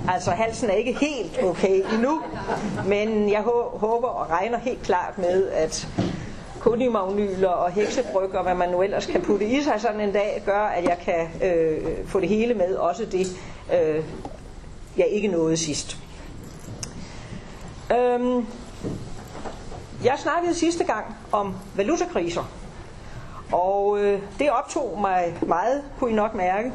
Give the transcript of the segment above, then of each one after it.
Altså halsen er ikke helt okay endnu, men jeg håber og regner helt klart med, at kodimagnyler og heksebryg og hvad man nu ellers kan putte i sig sådan en dag, gør, at jeg kan få det hele med, også det jeg ikke nåede sidst. Jeg snakkede sidste gang om valutakriser, og det optog mig meget, kunne I nok mærke,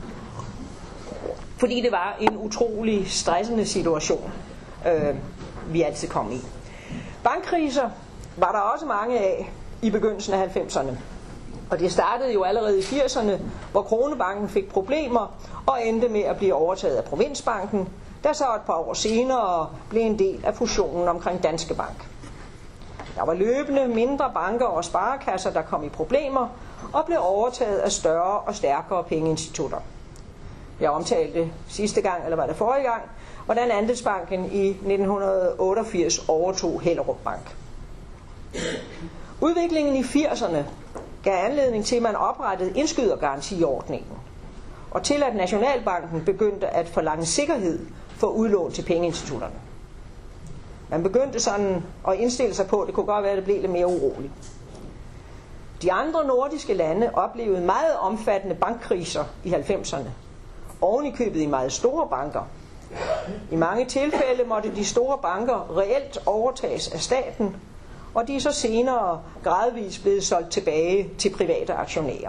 fordi det var en utrolig stressende situation, vi altid kom i. Bankkriser var der også mange af i begyndelsen af 90'erne. Og det startede jo allerede i 80'erne, hvor Kronebanken fik problemer og endte med at blive overtaget af Provinsbanken, der så et par år senere blev en del af fusionen omkring Danske Bank. Der var løbende mindre banker og sparekasser, der kom i problemer og blev overtaget af større og stærkere pengeinstitutter. Jeg omtalte sidste gang, eller var det forrige gang, hvordan Andelsbanken i 1988 overtog Hellerup Bank. Udviklingen i 80'erne gav anledning til, at man oprettede indskydergarantiordningen, og til at Nationalbanken begyndte at forlange sikkerhed for udlån til pengeinstitutterne. Man begyndte sådan at indstille sig på, at det kunne godt være, at det blev lidt mere uroligt. De andre nordiske lande oplevede meget omfattende bankkriser i 90'erne, oven i købet i meget store banker. I mange tilfælde måtte de store banker reelt overtages af staten, og de er så senere gradvist blevet solgt tilbage til private aktionærer.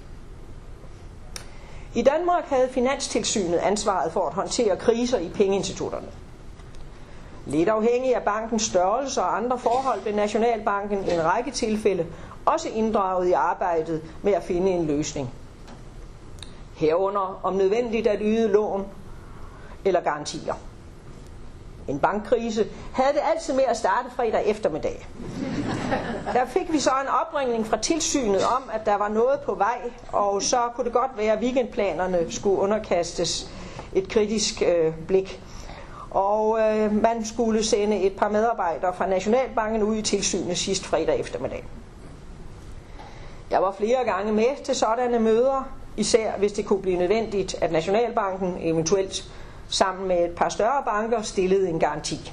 I Danmark havde Finanstilsynet ansvaret for at håndtere kriser i pengeinstitutterne. Lidt afhængig af bankens størrelse og andre forhold blev Nationalbanken i en række tilfælde også inddraget i arbejdet med at finde en løsning. Herunder om nødvendigt at yde lån eller garantier. En bankkrise havde det altid med at starte fredag eftermiddag. Der fik vi så en opringning fra tilsynet om, at der var noget på vej, og så kunne det godt være, at weekendplanerne skulle underkastes et kritisk blik. Og man skulle sende et par medarbejdere fra Nationalbanken ud i tilsynet sidst fredag eftermiddag. Jeg var flere gange med til sådanne møder, især hvis det kunne blive nødvendigt, at Nationalbanken eventuelt sammen med et par større banker stillede en garanti.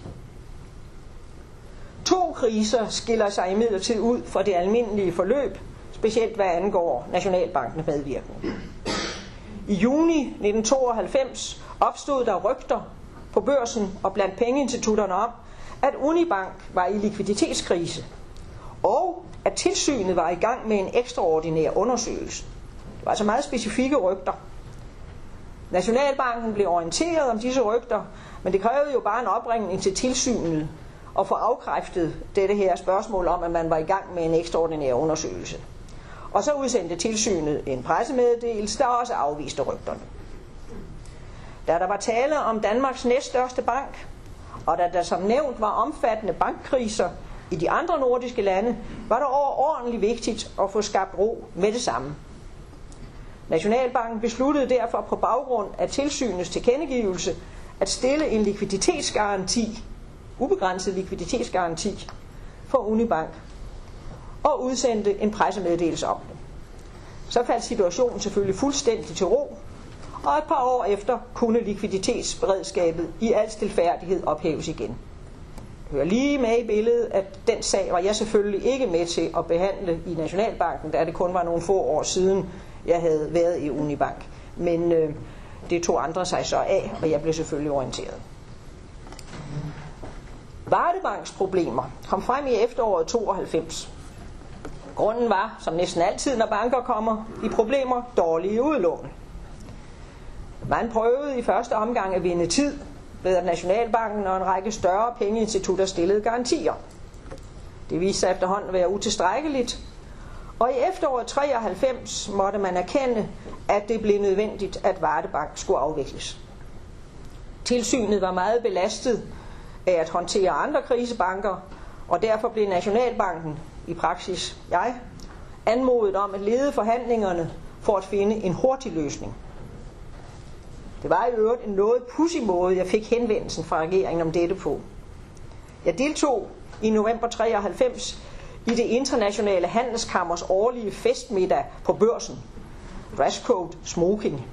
2 kriser skiller sig imidlertid ud fra det almindelige forløb, specielt hvad angår Nationalbankens medvirkning. I juni 1992 opstod der rygter på børsen og blandt pengeinstitutterne om, at Unibank var i likviditetskrise, og at tilsynet var i gang med en ekstraordinær undersøgelse. Det var altså meget specifikke rygter. Nationalbanken blev orienteret om disse rygter, men det krævede jo bare en opringning til tilsynet og få afkræftet dette her spørgsmål om, at man var i gang med en ekstraordinær undersøgelse. Og så udsendte tilsynet en pressemeddelelse, der også afviste rygterne. Da der var tale om Danmarks næststørste bank, og da der som nævnt var omfattende bankkriser i de andre nordiske lande, var det overordentligt vigtigt at få skabt ro med det samme. Nationalbanken besluttede derfor på baggrund af tilsynets tilkendegivelse at stille en likviditetsgaranti, ubegrænset likviditetsgaranti, for Unibank, og udsendte en pressemeddelelse om det. Så faldt situationen selvfølgelig fuldstændig til ro, og et par år efter kunne likviditetsberedskabet i al stilfærdighed ophæves igen. Hør lige med i billedet, at den sag var jeg selvfølgelig ikke med til at behandle i Nationalbanken, da det kun var nogle få år siden, jeg havde været i Unibank. Men det tog andre sig så af, og jeg blev selvfølgelig orienteret. Vardebanks problemer kom frem i efteråret 92. Grunden var, som næsten altid, når banker kommer i problemer, dårlige udlån. Man prøvede i første omgang at vinde tid ved at Nationalbanken og en række større pengeinstitutter stillede garantier. Det viste sig efterhånden at være utilstrækkeligt, og i efteråret 93 måtte man erkende, at det blev nødvendigt, at Vardebank skulle afvikles. Tilsynet var meget belastet af at håndtere andre krisebanker, og derfor blev Nationalbanken, i praksis jeg, anmodet om at lede forhandlingerne for at finde en hurtig løsning. Det var i øvrigt en noget pudsig måde, jeg fik henvendelsen fra regeringen om dette på. Jeg deltog i november 93 i det internationale handelskammers årlige festmiddag på børsen. Dresscode smoking.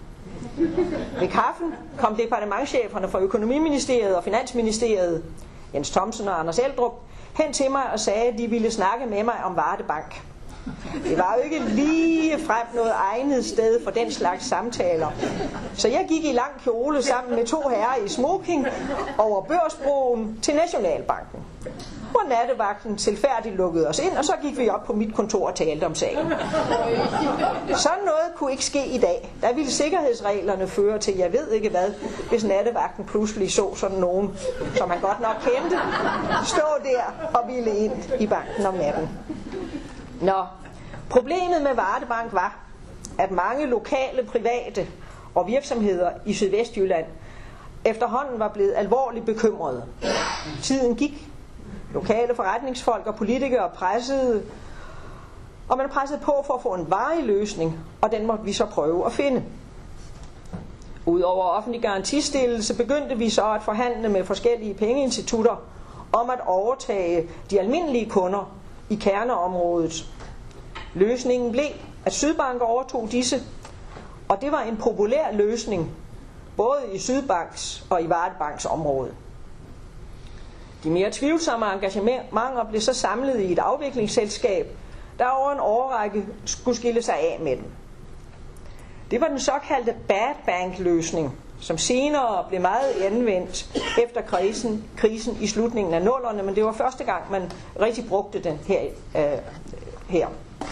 Ved kaffen kom departementscheferne fra Økonomiministeriet og Finansministeriet, Jens Thomsen og Anders Eldrup, hen til mig og sagde, at de ville snakke med mig om Varde Bank. Det var jo ikke lige frem noget egnet sted for den slags samtaler. Så jeg gik i lang kjole sammen med 2 herrer i smoking over Børsbroen til Nationalbanken, hvor nattevagten tilfærdigt lukkede os ind, og så gik vi op på mit kontor og talte om sagen. Sådan noget kunne ikke ske i dag. Der ville sikkerhedsreglerne føre til, jeg ved ikke hvad, hvis nattevagten pludselig så sådan nogen, som han godt nok kendte, stå der og ville ind i banken om natten. Nå, problemet med Varde Bank var, at mange lokale private og virksomheder i Sydvestjylland efterhånden var blevet alvorligt bekymrede. Tiden gik. Lokale forretningsfolk og politikere pressede, og man pressede på for at få en varig løsning, og den måtte vi så prøve at finde. Udover offentlig garantistillelse begyndte vi så at forhandle med forskellige pengeinstitutter om at overtage de almindelige kunder i kerneområdet. Løsningen blev, at Sydbank overtog disse, og det var en populær løsning, både i Sydbanks og i Varde Banks område. De mere tvivlsomme engagementer blev så samlet i et afviklingsselskab, der over en årrække skulle skille sig af med dem. Det var den såkaldte bad bank-løsning, som senere blev meget anvendt efter krisen i slutningen af 00'erne, men det var første gang, man rigtig brugte den her.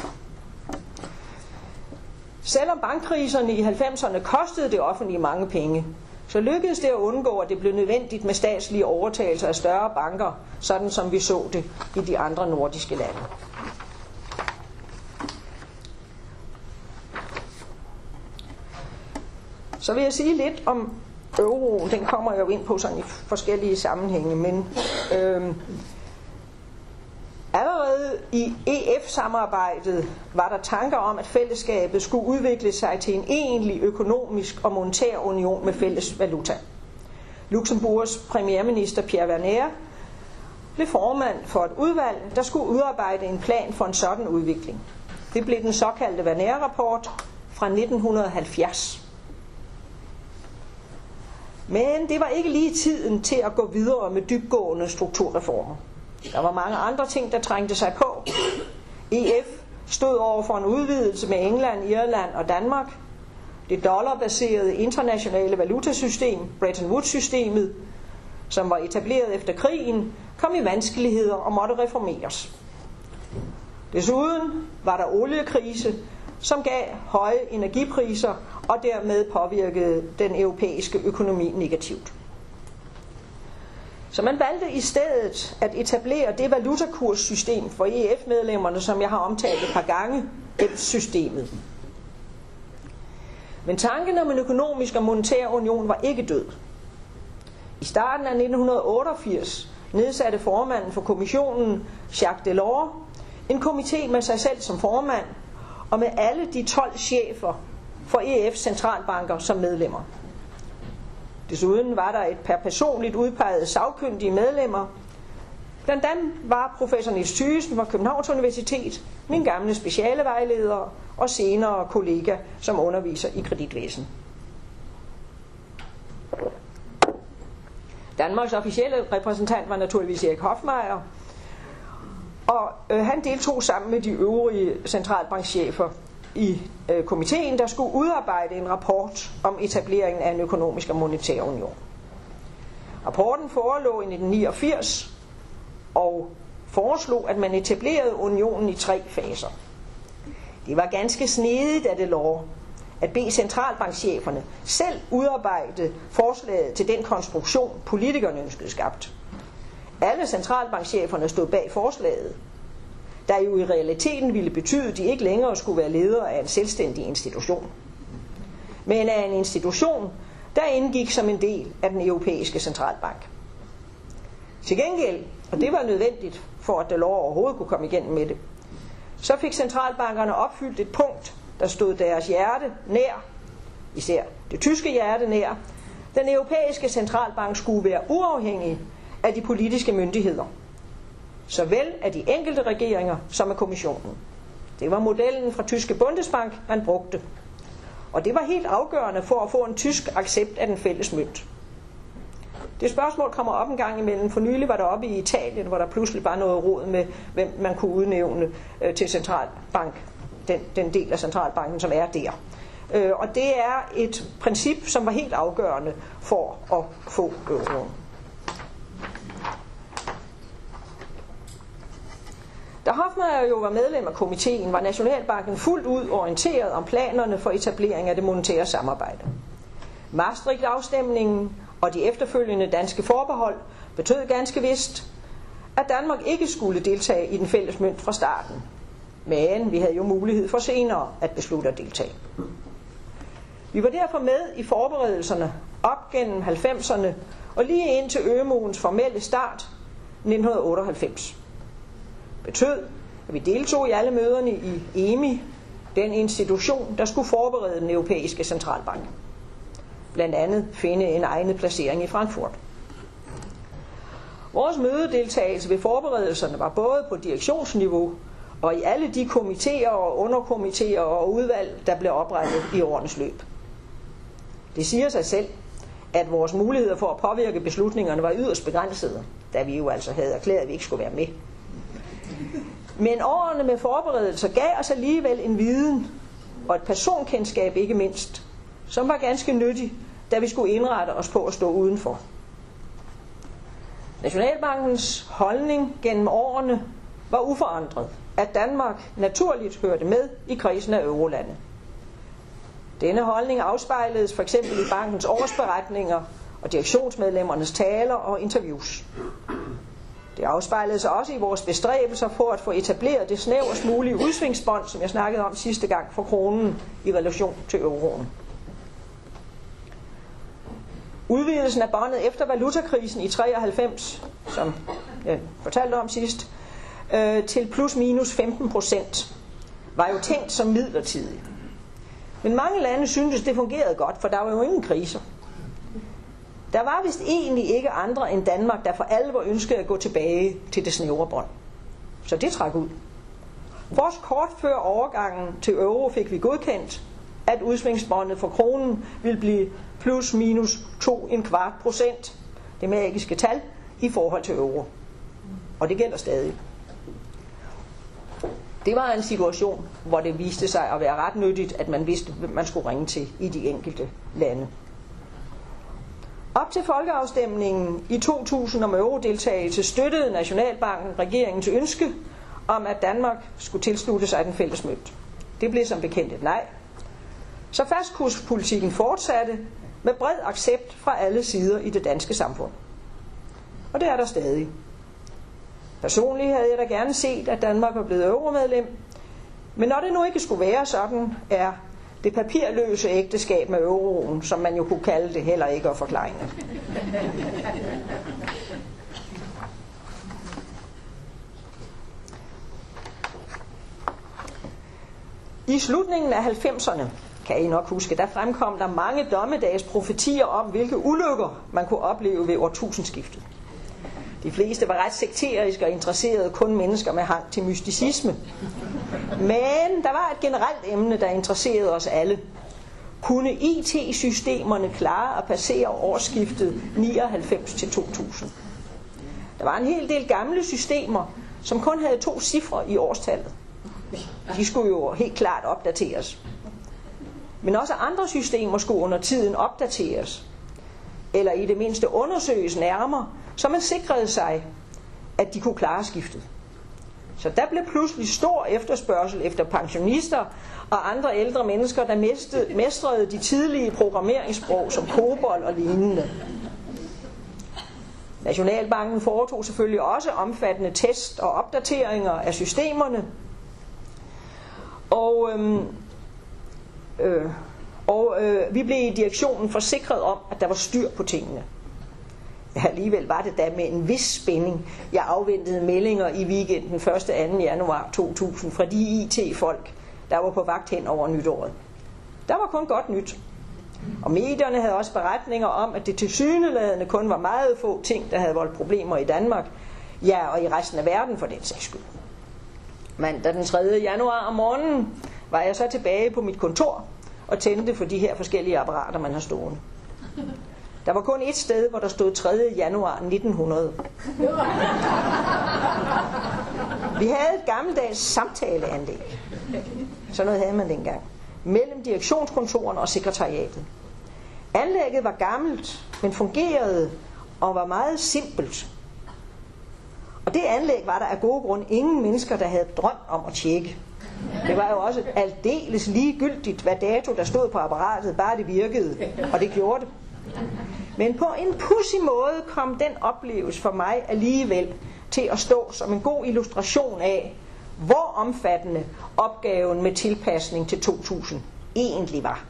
Selvom bankkriserne i 90'erne kostede det offentlige mange penge, så lykkedes det at undgå, at det blev nødvendigt med statslige overtagelser af større banker, sådan som vi så det i de andre nordiske lande. Så vil jeg sige lidt om euroen. Den kommer jeg jo ind på sådan i forskellige sammenhænge, men allerede i EF-samarbejdet var der tanker om, at fællesskabet skulle udvikle sig til en egentlig økonomisk og monetær union med fælles valuta. Luxemburgs premierminister Pierre Werner blev formand for et udvalg, der skulle udarbejde en plan for en sådan udvikling. Det blev den såkaldte Werner-rapport fra 1970. Men det var ikke lige tiden til at gå videre med dybtgående strukturreformer. Der var mange andre ting, der trængte sig på. EF stod over for en udvidelse med England, Irland og Danmark. Det dollarbaserede internationale valutasystem, Bretton Woods-systemet, som var etableret efter krigen, kom i vanskeligheder og måtte reformeres. Desuden var der oliekrise, som gav høje energipriser og dermed påvirkede den europæiske økonomi negativt. Så man valgte i stedet at etablere det valutakurssystem for EF-medlemmerne, som jeg har omtalt et par gange, EMS-systemet. Men tanken om en økonomisk og monetær union var ikke død. I starten af 1988 nedsatte formanden for kommissionen, Jacques Delors, en komité med sig selv som formand, og med alle de 12 chefer for EF's centralbanker som medlemmer. Desuden var der et par personligt udpegede sagkyndige medlemmer. Blandt dem var professor Niels Thygesen fra Københavns Universitet, min gamle specialevejleder og senere kollega som underviser i kreditvæsen. Danmarks officielle repræsentant var naturligvis Erik Hofmeier, og han deltog sammen med de øvrige centralbankchefer i komiteen, der skulle udarbejde en rapport om etableringen af en økonomisk og monetær union. Rapporten forelå i 1989 og foreslog, at man etablerede unionen i 3 faser. Det var ganske snedigt af Delors at bede centralbankcheferne selv udarbejde forslaget til den konstruktion, politikerne ønskede skabt. Alle centralbankcheferne stod bag forslaget, der jo i realiteten ville betyde, at de ikke længere skulle være ledere af en selvstændig institution, men af en institution, der indgik som en del af den europæiske centralbank. Til gengæld, og det var nødvendigt for at Delors overhovedet kunne komme igennem med det, så fik centralbankerne opfyldt et punkt, der stod deres hjerte nær, især det tyske hjerte nær. Den europæiske centralbank skulle være uafhængig af de politiske myndigheder, såvel af de enkelte regeringer som af kommissionen. Det var modellen fra tyske Bundesbank, man brugte. Og det var helt afgørende for at få en tysk accept af den fælles mønt. Det spørgsmål kommer op en gang imellem. For nylig var der oppe i Italien, hvor der pludselig var noget rod med, hvem man kunne udnævne til centralbank, den del af centralbanken, som er der. Og det er et princip, som var helt afgørende for at få euroen. Da Hofmeier jo var medlem af komiteen, var Nationalbanken fuldt ud orienteret om planerne for etablering af det monetære samarbejde. Maastricht-afstemningen og de efterfølgende danske forbehold betød ganske vist, at Danmark ikke skulle deltage i den fælles mønt fra starten. Men vi havde jo mulighed for senere at beslutte at deltage. Vi var derfor med i forberedelserne op gennem 90'erne og lige ind til ømuens formelle start 1998. Betød, at vi deltog i alle møderne i EMI, den institution, der skulle forberede den europæiske centralbank. Blandt andet finde en egnet placering i Frankfurt. Vores mødedeltagelse ved forberedelserne var både på direktionsniveau og i alle de komitéer og underkomitéer og udvalg, der blev oprettet i årenes løb. Det siger sig selv, at vores muligheder for at påvirke beslutningerne var yderst begrænsede, da vi jo altså havde erklæret, at vi ikke skulle være med. Men årene med forberedelser gav os alligevel en viden, og et personkendskab ikke mindst, som var ganske nyttig, da vi skulle indrette os på at stå udenfor. Nationalbankens holdning gennem årene var uforandret, at Danmark naturligt hørte med i kredsen af eurolande. Denne holdning afspejledes f.eks. i bankens årsberetninger og direktionsmedlemmernes taler og interviews. Det afspejlede sig også i vores bestræbelser på at få etableret det snæverst mulige udsvingsbånd, som jeg snakkede om sidste gang, for kronen i relation til euroen. Udvidelsen af båndet efter valutakrisen i 93, som jeg fortalte om sidst, til plus minus 15%, var jo tænkt som midlertidigt. Men mange lande syntes, det fungerede godt, for der var jo ingen kriser. Der var vist egentlig ikke andre end Danmark, der for alvor ønskede at gå tilbage til det snævre bånd. Så det trak ud. Først kort før overgangen til euro fik vi godkendt, at udsvingsbåndet for kronen ville blive plus minus 2,25%, det magiske tal, i forhold til euro. Og det gælder stadig. Det var en situation, hvor det viste sig at være ret nyttigt, at man vidste, hvem man skulle ringe til i de enkelte lande. Op til folkeafstemningen i 2000 om eurodeltagelse støttede Nationalbanken regeringen til ønske om, at Danmark skulle tilslutte sig den fælles mønt. Det blev som bekendt et nej. Så fastkurspolitikken fortsatte med bred accept fra alle sider i det danske samfund. Og det er der stadig. Personligt havde jeg da gerne set, at Danmark var blevet euromedlem, men når det nu ikke skulle være sådan, er det papirløse ægteskab med euroen, som man jo kunne kalde det, heller ikke at forklare. I slutningen af 90'erne, kan I nok huske, der fremkom der mange dommedags profetier om, hvilke ulykker man kunne opleve ved årtusindskiftet. De fleste var ret sekteriske og interesserede kun mennesker med hang til mysticisme. Men der var et generelt emne, der interesserede os alle. Kunne IT-systemerne klare at passere årsskiftet 99 til 2000? Der var en hel del gamle systemer, som kun havde 2 cifre i årstallet. De skulle jo helt klart opdateres. Men også andre systemer skulle under tiden opdateres, eller i det mindste undersøges nærmere, så man sikrede sig, at de kunne klare skiftet. Så der blev pludselig stor efterspørgsel efter pensionister og andre ældre mennesker, der mestrede de tidlige programmeringssprog som COBOL og lignende. Nationalbanken foretog selvfølgelig også omfattende test og opdateringer af systemerne, og vi blev i direktionen forsikret om, at der var styr på tingene. Alligevel var det da med en vis spænding. Jeg afventede meldinger i weekenden 1. og 2. januar 2000 fra de IT-folk, der var på vagt hen over nytåret. Der var kun godt nyt. Og medierne havde også beretninger om, at det tilsyneladende kun var meget få ting, der havde voldt problemer i Danmark, ja, og i resten af verden for den sags skyld. Mandag den 3. januar om morgenen var jeg så tilbage på mit kontor og tændte for de her forskellige apparater, man har stående. Der var kun et sted, hvor der stod 3. januar 1900. Vi havde et gammeldags samtaleanlæg. Sådan noget havde man dengang. Mellem direktionskontorerne og sekretariatet. Anlægget var gammelt, men fungerede og var meget simpelt. Og det anlæg var der af gode grunde ingen mennesker, der havde drømt om at tjekke. Det var jo også aldeles ligegyldigt, hvad dato der stod på apparatet, bare det virkede, og det gjorde det. Men på en pudsig måde kom den oplevelse for mig alligevel til at stå som en god illustration af, hvor omfattende opgaven med tilpasning til 2000 egentlig var.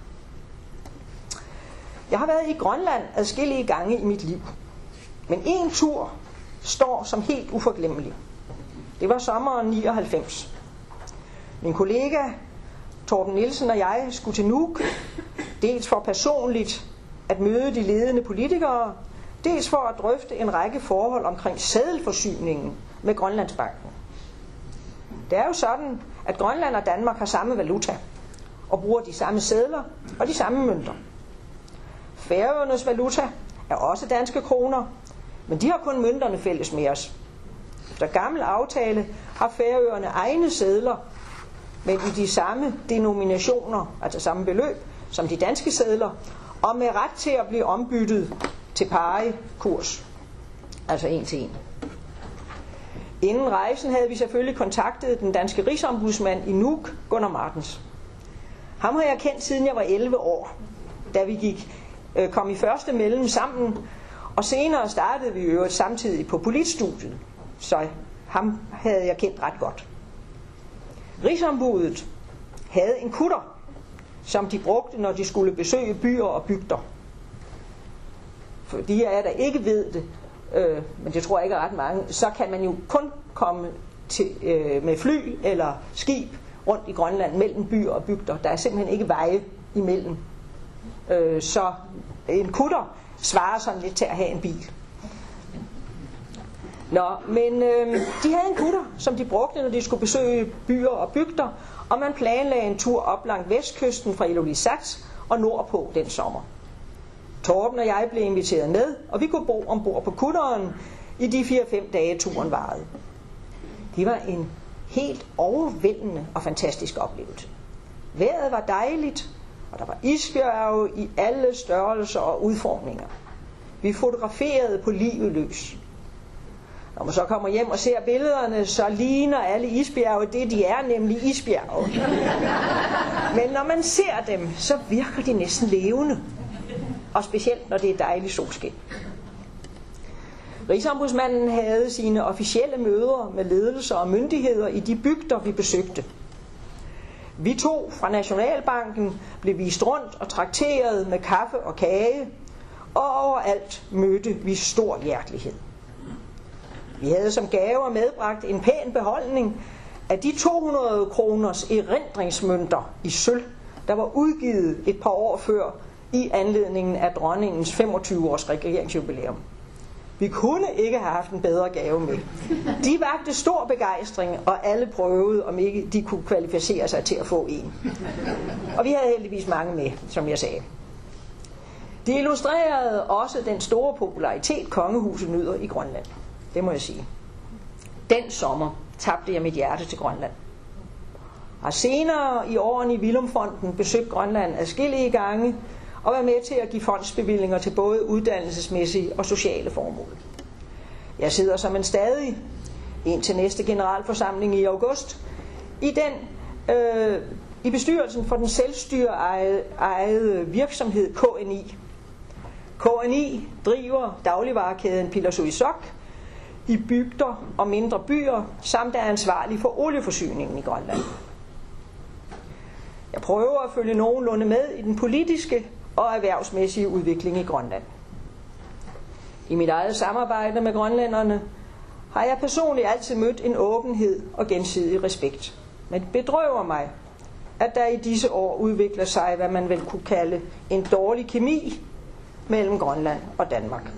Jeg har været i Grønland adskillige gange i mit liv, men en tur står som helt uforglemmelig. Det var sommeren 99. Min kollega Torben Nielsen og jeg skulle til Nuuk, dels for personligt at møde de ledende politikere, dels for at drøfte en række forhold omkring seddelforsyningen med Grønlandsbanken. Det er jo sådan, at Grønland og Danmark har samme valuta og bruger de samme sedler og de samme mønter. Færøernes valuta er også danske kroner, men de har kun mønterne fælles med os. Efter gammel aftale har Færøerne egne sedler, men i de samme denominationer, altså samme beløb, som de danske sedler, og med ret til at blive ombyttet til pari-kurs, altså 1 til 1. Inden rejsen havde vi selvfølgelig kontaktet den danske rigsombudsmand i Nuuk, Gunnar Martens. Ham har jeg kendt siden jeg var 11 år, da vi kom i første mellem sammen, og senere startede vi jo samtidig på politstudiet, så ham havde jeg kendt ret godt. Rigsombuddet havde en kutter, som de brugte, når de skulle besøge byer og bygder. For de af jer, der ikke ved det, men det tror jeg ikke er ret mange, så kan man jo kun komme med fly eller skib rundt i Grønland mellem byer og bygder. Der er simpelthen ikke veje imellem. Så en kutter svarer sådan lidt til at have en bil. Men de havde en kutter, som de brugte, når de skulle besøge byer og bygder, og man planlagde en tur op langs vestkysten fra Ilulissat og nordpå den sommer. Torben og jeg blev inviteret med, og vi kunne bo ombord på kutteren i de 4-5 dage turen varede. Det var en helt overvældende og fantastisk oplevelse. Vejret var dejligt, og der var isbjerge i alle størrelser og udformninger. Vi fotograferede på livet løs. Når man så kommer hjem og ser billederne, så ligner alle isbjerge det, de er, nemlig isbjerge. Men når man ser dem, så virker de næsten levende. Og specielt, når det er dejligt solskin. Rigsombudsmanden havde sine officielle møder med ledelser og myndigheder i de bygder, vi besøgte. Vi to fra Nationalbanken blev vist rundt og trakteret med kaffe og kage, og overalt mødte vi stor hjertelighed. Vi havde som gaver medbragt en pæn beholdning af de 200 kroners erindringsmønter i sølv, der var udgivet et par år før i anledningen af dronningens 25-års regeringsjubilæum. Vi kunne ikke have haft en bedre gave med. De vakte stor begejstring, og alle prøvede, om ikke de kunne kvalificere sig til at få en. Og vi havde heldigvis mange med, som jeg sagde. De illustrerede også den store popularitet, kongehuset nyder i Grønland. Det må jeg sige. Den sommer tabte jeg mit hjerte til Grønland. Og senere i årene i Willumfonden besøgt Grønland adskillige gange, og var med til at give fondsbevillinger til både uddannelsesmæssige og sociale formål. Jeg sidder som en stadig, indtil næste generalforsamling i august, i bestyrelsen for den selvstyreejede virksomhed KNI. KNI driver dagligvarekæden Pillersuisok i bygder og mindre byer, samt er ansvarlig for olieforsyningen i Grønland. Jeg prøver at følge nogenlunde med i den politiske og erhvervsmæssige udvikling i Grønland. I mit eget samarbejde med grønlænderne har jeg personligt altid mødt en åbenhed og gensidig respekt. Men det bedrøver mig, at der i disse år udvikler sig, hvad man vel kunne kalde en dårlig kemi mellem Grønland og Danmark.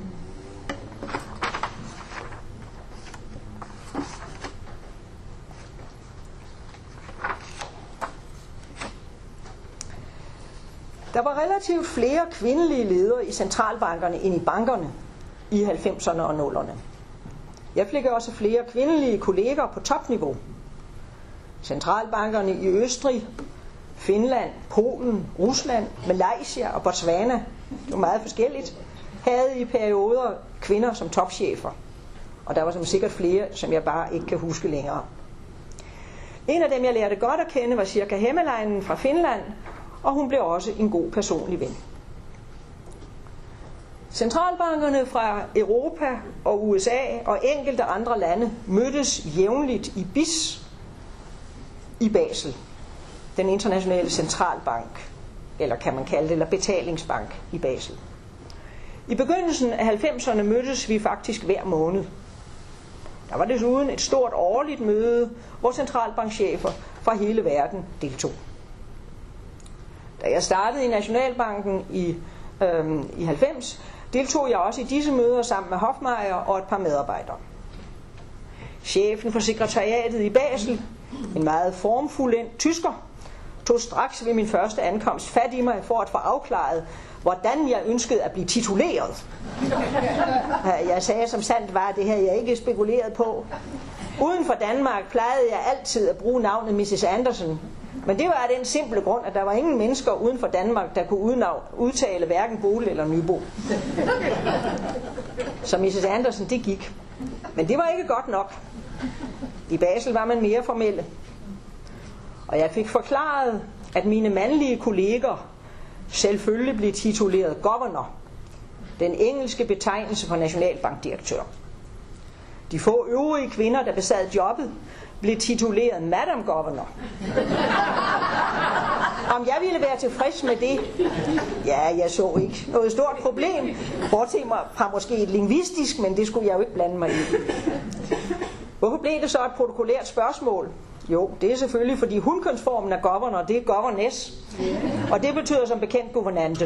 Der var relativt flere kvindelige ledere i centralbankerne end i bankerne i 90'erne og 0'erne. Jeg fik også flere kvindelige kolleger på topniveau. Centralbankerne i Østrig, Finland, Polen, Rusland, Malaysia og Botswana, det var meget forskelligt, havde i perioder kvinder som topchefer. Og der var som sikkert flere, som jeg bare ikke kan huske længere. En af dem, jeg lærte godt at kende, var Sirkka Hämäläinen fra Finland, og hun blev også en god personlig ven. Centralbankerne fra Europa og USA og enkelte andre lande mødtes jævnligt i BIS i Basel, den internationale centralbank, eller kan man kalde det, eller betalingsbank i Basel. I begyndelsen af 90'erne mødtes vi faktisk hver måned. Der var desuden et stort årligt møde, hvor centralbankchefer fra hele verden deltog. Da jeg startede i Nationalbanken i 90, deltog jeg også i disse møder sammen med Hofmeier og et par medarbejdere. Chefen for sekretariatet i Basel, en meget formfuldendt tysker, tog straks ved min første ankomst fat i mig for at få afklaret, hvordan jeg ønskede at blive tituleret. Jeg sagde som sandt var, det havde jeg ikke spekuleret på. Uden for Danmark plejede jeg altid at bruge navnet Mrs. Anderson, men det var af den simple grund, at der var ingen mennesker uden for Danmark, der kunne udtale hverken Bole eller Nybo. Så Mrs. Anderson, det gik. Men det var ikke godt nok. I Basel var man mere formelle. Og jeg fik forklaret, at mine mandlige kolleger selvfølgelig blev tituleret governor, den engelske betegnelse for nationalbankdirektør. De få øvrige kvinder, der besad jobbet, blev tituleret Madam Governor. Om jeg ville være tilfreds med det? Ja, jeg så ikke noget stort problem. Bortset fra måske et lingvistisk, men det skulle jeg jo ikke blande mig i. Hvorfor blev det så et protokollært spørgsmål? Jo, det er selvfølgelig, fordi hunkønsformen af governor, det er governess. Og det betyder som bekendt guvernante.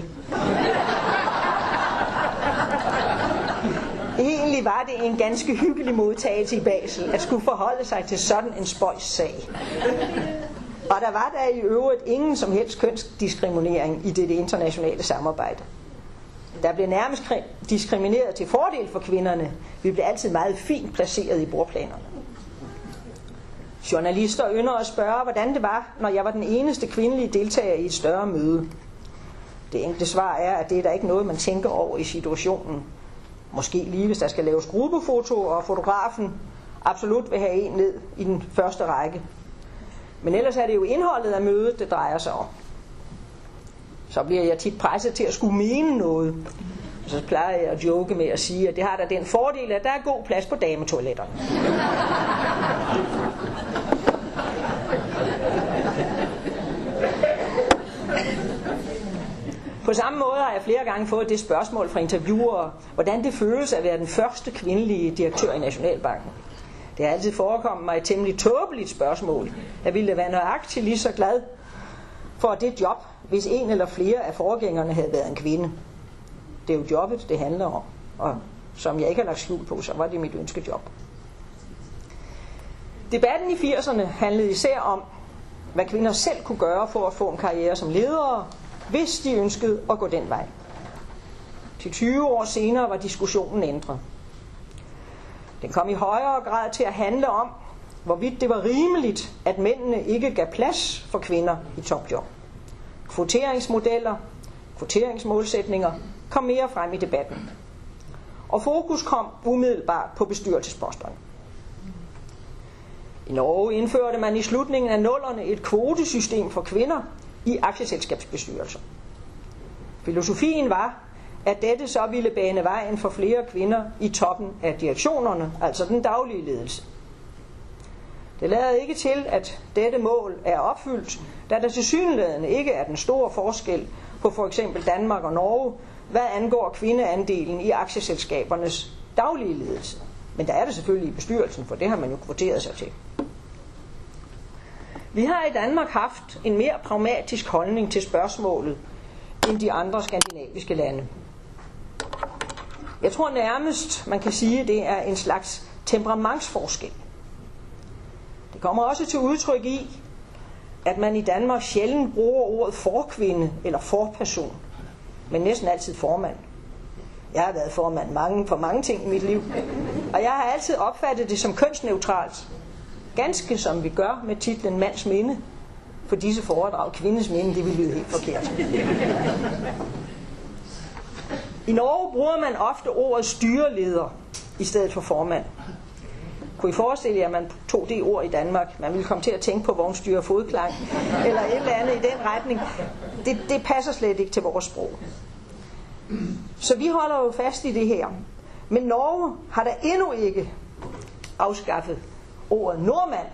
Egentlig var det en ganske hyggelig modtagelse i Basel at skulle forholde sig til sådan en spøjs sag. Og der var der i øvrigt ingen som helst kønsdiskriminering i det internationale samarbejde. Der blev nærmest diskrimineret til fordel for kvinderne. Vi blev altid meget fint placeret i bordplanerne. Journalister ynder at spørge, hvordan det var, når jeg var den eneste kvindelige deltager i et større møde. Det enkle svar er, at det er der ikke noget, man tænker over i situationen. Måske lige hvis der skal laves gruppefoto, og fotografen absolut vil have en ned i den første række. Men ellers er det jo indholdet af mødet, det drejer sig om. Så bliver jeg tit presset til at skulle mene noget. Og så plejer jeg at joke med at sige, at det har da den fordel, at der er god plads på dametoiletterne. På samme måde har jeg flere gange fået det spørgsmål fra interviewere, hvordan det føles at være den første kvindelige direktør i Nationalbanken. Det har altid forekommet mig et temmelig tåbeligt spørgsmål. Jeg ville være nøjagtigt lige så glad for det job, hvis en eller flere af forgængerne havde været en kvinde. Det er jo jobbet, det handler om, og som jeg ikke har lagt skjul på, så var det mit ønskejob. Debatten i 80'erne handlede især om, hvad kvinder selv kunne gøre for at få en karriere som ledere, hvis de ønskede at gå den vej. Til 20 år senere var diskussionen ændret. Den kom i højere grad til at handle om, hvorvidt det var rimeligt, at mændene ikke gav plads for kvinder i topjob. Kvoteringsmodeller, kvoteringsmålsætninger kom mere frem i debatten. Og fokus kom umiddelbart på bestyrelsesposterne. I Norge indførte man i slutningen af 00'erne et kvotesystem for kvinder i aktieselskabsbestyrelser. Filosofien var, at dette så ville bane vejen for flere kvinder i toppen af direktionerne, altså den daglige ledelse. Det lader ikke til, at dette mål er opfyldt, da der tilsyneladende ikke er den store forskel på for eksempel Danmark og Norge, hvad angår kvindeandelen i aktieselskabernes daglige ledelse. Men der er det selvfølgelig i bestyrelsen, for det har man jo kvoteret sig til. Vi har i Danmark haft en mere pragmatisk holdning til spørgsmålet end de andre skandinaviske lande. Jeg tror nærmest, man kan sige, at det er en slags temperamentsforskel. Det kommer også til udtryk i, at man i Danmark sjældent bruger ordet forkvinde eller forperson, men næsten altid formand. Jeg har været formand for mange ting i mit liv, og jeg har altid opfattet det som kønsneutralt, ganske som vi gør med titlen Mands Minde, for disse foredrag, Kvindes Minde, det vil lyde helt forkert. I Norge bruger man ofte ordet styreleder i stedet for formand. Kunne I forestille jer, at man tog det ord i Danmark? Man ville komme til at tænke på vognstyre og fodklang, eller et eller andet i den retning. Det passer slet ikke til vores sprog. Så vi holder jo fast i det her. Men Norge har da endnu ikke afskaffet ordet nordmand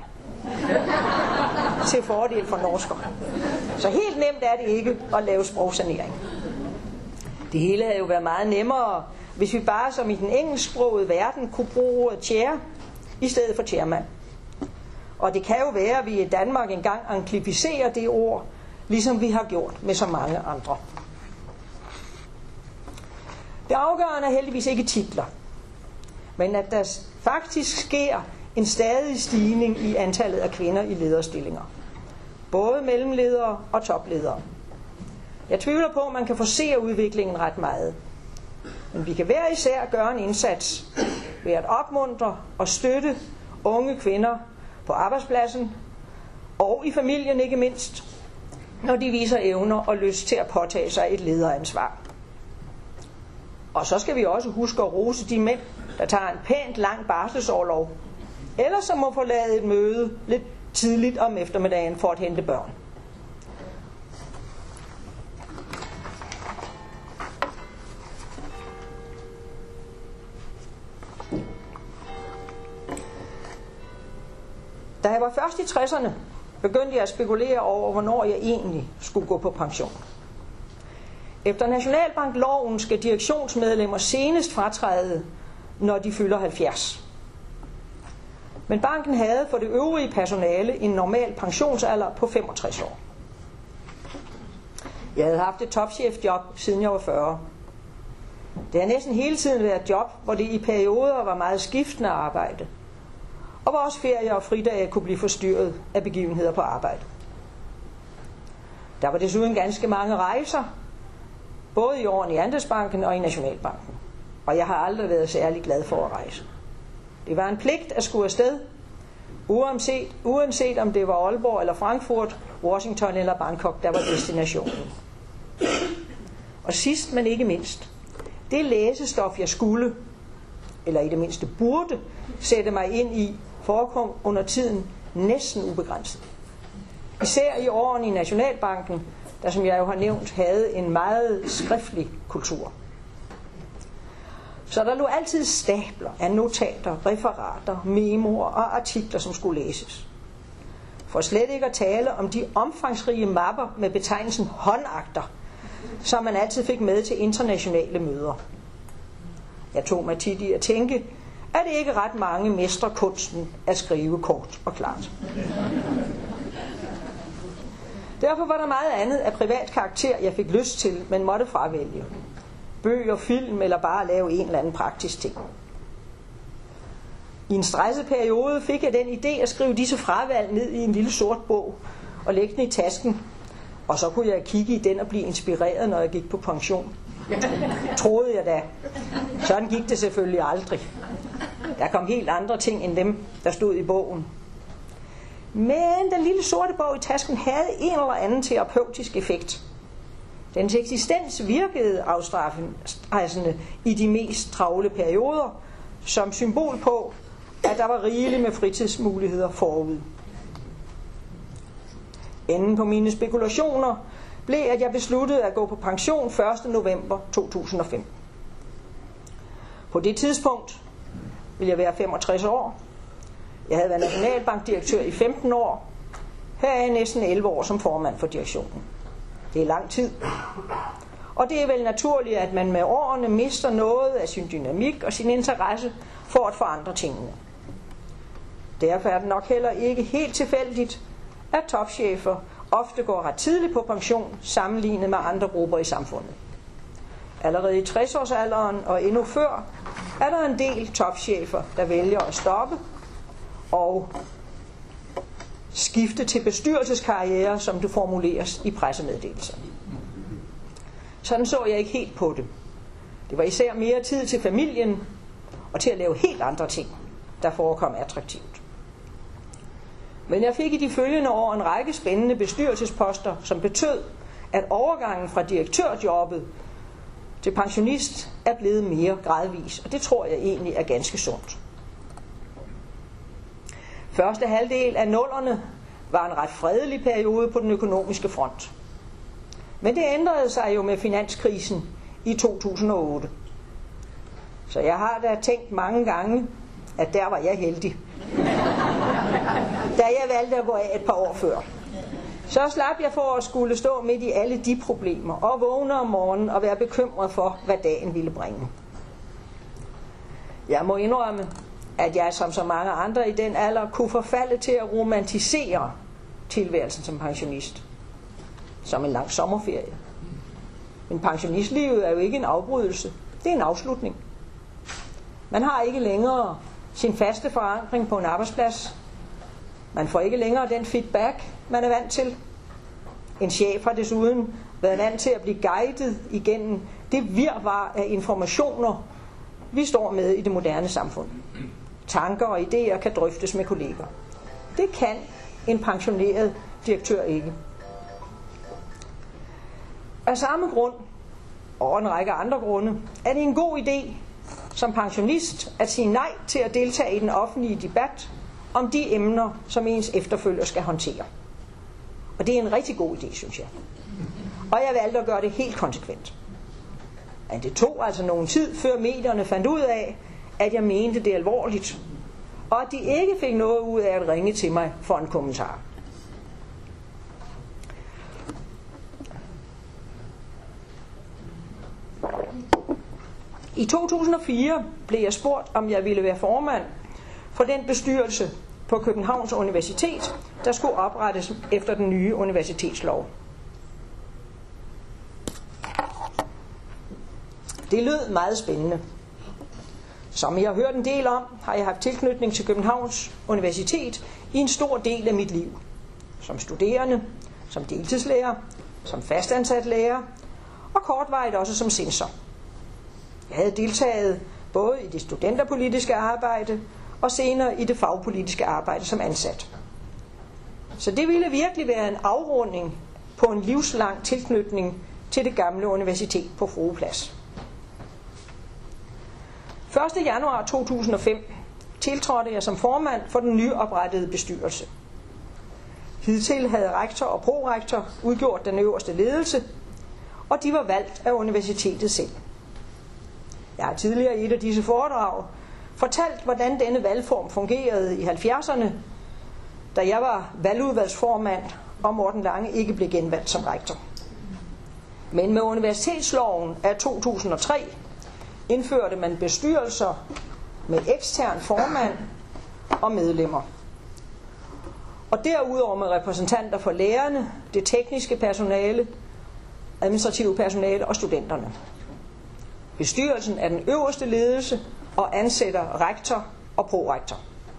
til fordel for norsker. Så helt nemt er det ikke at lave sprogsanering. Det hele havde jo været meget nemmere, hvis vi bare som i den engelsksprogede verden kunne bruge ordet chair i stedet for chairman. Og det kan jo være, at vi i Danmark engang anglificerer det ord, ligesom vi har gjort med så mange andre. Det afgørende er heldigvis ikke titler, men at der faktisk sker en stadig stigning i antallet af kvinder i lederstillinger. Både mellemledere og topledere. Jeg tvivler på, at man kan forcere udviklingen ret meget. Men vi kan hver især gøre en indsats ved at opmuntre og støtte unge kvinder på arbejdspladsen og i familien ikke mindst, når de viser evner og lyst til at påtage sig et lederansvar. Og så skal vi også huske at rose de mænd, der tager en pænt lang barselsorlov, eller som må forlade et møde lidt tidligt om eftermiddagen for at hente børn. Da jeg var først i 60'erne, begyndte jeg at spekulere over, hvornår jeg egentlig skulle gå på pension. Efter Nationalbankloven skal direktionsmedlemmer senest fratræde, når de fylder 70. Men banken havde for det øvrige personale en normal pensionsalder på 65 år. Jeg havde haft et topchefjob, siden jeg var 40. Det har næsten hele tiden været et job, hvor det i perioder var meget skiftende arbejde, og hvor også ferie og fridage kunne blive forstyrret af begivenheder på arbejde. Der var desuden ganske mange rejser, både i årene i Andelsbanken og i Nationalbanken, og jeg har aldrig været særlig glad for at rejse. Det var en pligt at skulle afsted, uanset om det var Aalborg eller Frankfurt, Washington eller Bangkok, der var destinationen. Og sidst, men ikke mindst, det læsestof, jeg skulle, eller i det mindste burde, sætte mig ind i, forekom under tiden næsten ubegrænset. Især i årene i Nationalbanken, der som jeg jo har nævnt, havde en meget skriftlig kultur. Så der lå altid stabler af notater, referater, memoer og artikler, som skulle læses. For slet ikke at tale om de omfangsrige mapper med betegnelsen håndakter, som man altid fik med til internationale møder. Jeg tog mig tit i at tænke, at det ikke ret mange mestrer kunsten at skrive kort og klart. Derfor var der meget andet af privat karakter, jeg fik lyst til, men måtte fravælge. Bøger, film eller bare lave en eller anden praktisk ting. I en stresset periode fik jeg den idé at skrive disse fravalg ned i en lille sort bog og lægge den i tasken, og så kunne jeg kigge i den og blive inspireret, når jeg gik på pension. Troede jeg da. Sådan gik det selvfølgelig aldrig. Der kom helt andre ting end dem, der stod i bogen. Men den lille sorte bog i tasken havde en eller anden terapeutisk effekt. Dens eksistens virkede afstraffende i de mest travle perioder, som symbol på, at der var rigeligt med fritidsmuligheder forud. Enden på mine spekulationer blev, at jeg besluttede at gå på pension 1. november 2005. På det tidspunkt ville jeg være 65 år. Jeg havde været nationalbankdirektør i 15 år. Her er jeg næsten 11 år som formand for direktionen. Det er lang tid. Og det er vel naturligt, at man med årene mister noget af sin dynamik og sin interesse for at forandre tingene. Derfor er det nok heller ikke helt tilfældigt, at topchefer ofte går ret tidligt på pension sammenlignet med andre grupper i samfundet. Allerede i 60-årsalderen og endnu før er der en del topchefer, der vælger at stoppe og skifte til bestyrelseskarriere, som det formuleres i pressemeddelelser. Sådan så jeg ikke helt på det. Det var især mere tid til familien og til at lave helt andre ting, der forekom attraktivt. Men jeg fik i de følgende år en række spændende bestyrelsesposter, som betød, at overgangen fra direktørjobbet til pensionist er blevet mere gradvis, og det tror jeg egentlig er ganske sundt. Første halvdel af 00'erne var en ret fredelig periode på den økonomiske front. Men det ændrede sig jo med finanskrisen i 2008. Så jeg har da tænkt mange gange, at der var jeg heldig, da jeg valgte at gå af et par år før. Så slap jeg for at skulle stå midt i alle de problemer og vågne om morgenen og være bekymret for, hvad dagen ville bringe. Jeg må indrømme, at jeg som så mange andre i den alder kunne forfalde til at romantisere tilværelsen som pensionist. Som en lang sommerferie. Men pensionistlivet er jo ikke en afbrydelse, det er en afslutning. Man har ikke længere sin faste forankring på en arbejdsplads. Man får ikke længere den feedback, man er vant til. En chef har desuden været vant til at blive guidet igennem det virvar af informationer, vi står med i det moderne samfund. Tanker og idéer kan drøftes med kolleger. Det kan en pensioneret direktør ikke. Af samme grund, og en række andre grunde, er det en god idé som pensionist at sige nej til at deltage i den offentlige debat om de emner, som ens efterfølger skal håndtere. Og det er en rigtig god idé, synes jeg. Og jeg valgte at gøre det helt konsekvent. Men det tog altså nogen tid, før medierne fandt ud af, at jeg mente det alvorligt, og at de ikke fik noget ud af at ringe til mig for en kommentar. I 2004 blev jeg spurgt, om jeg ville være formand for den bestyrelse på Københavns Universitet, der skulle oprettes efter den nye universitetslov. Det lød meget spændende. Som jeg har hørt en del om, har jeg haft tilknytning til Københavns Universitet i en stor del af mit liv. Som studerende, som deltidslærer, som fastansat lærer og kortvarigt også som censor. Jeg havde deltaget både i det studenterpolitiske arbejde og senere i det fagpolitiske arbejde som ansat. Så det ville virkelig være en afrunding på en livslang tilknytning til det gamle universitet på Frue Plads. 1. januar 2005 tiltrådte jeg som formand for den nyoprettede bestyrelse. Hidtil havde rektor og prorektor udgjort den øverste ledelse, og de var valgt af universitetet selv. Jeg har tidligere i et af disse foredrag fortalt, hvordan denne valgform fungerede i 70'erne, da jeg var valgudvalgsformand, og Morten Lange ikke blev genvalgt som rektor. Men med universitetsloven af 2003 indførte man bestyrelser med ekstern formand og medlemmer. Og derudover med repræsentanter for lærerne, det tekniske personale, administrative personale og studenterne. Bestyrelsen er den øverste ledelse og ansætter rektor og prorektor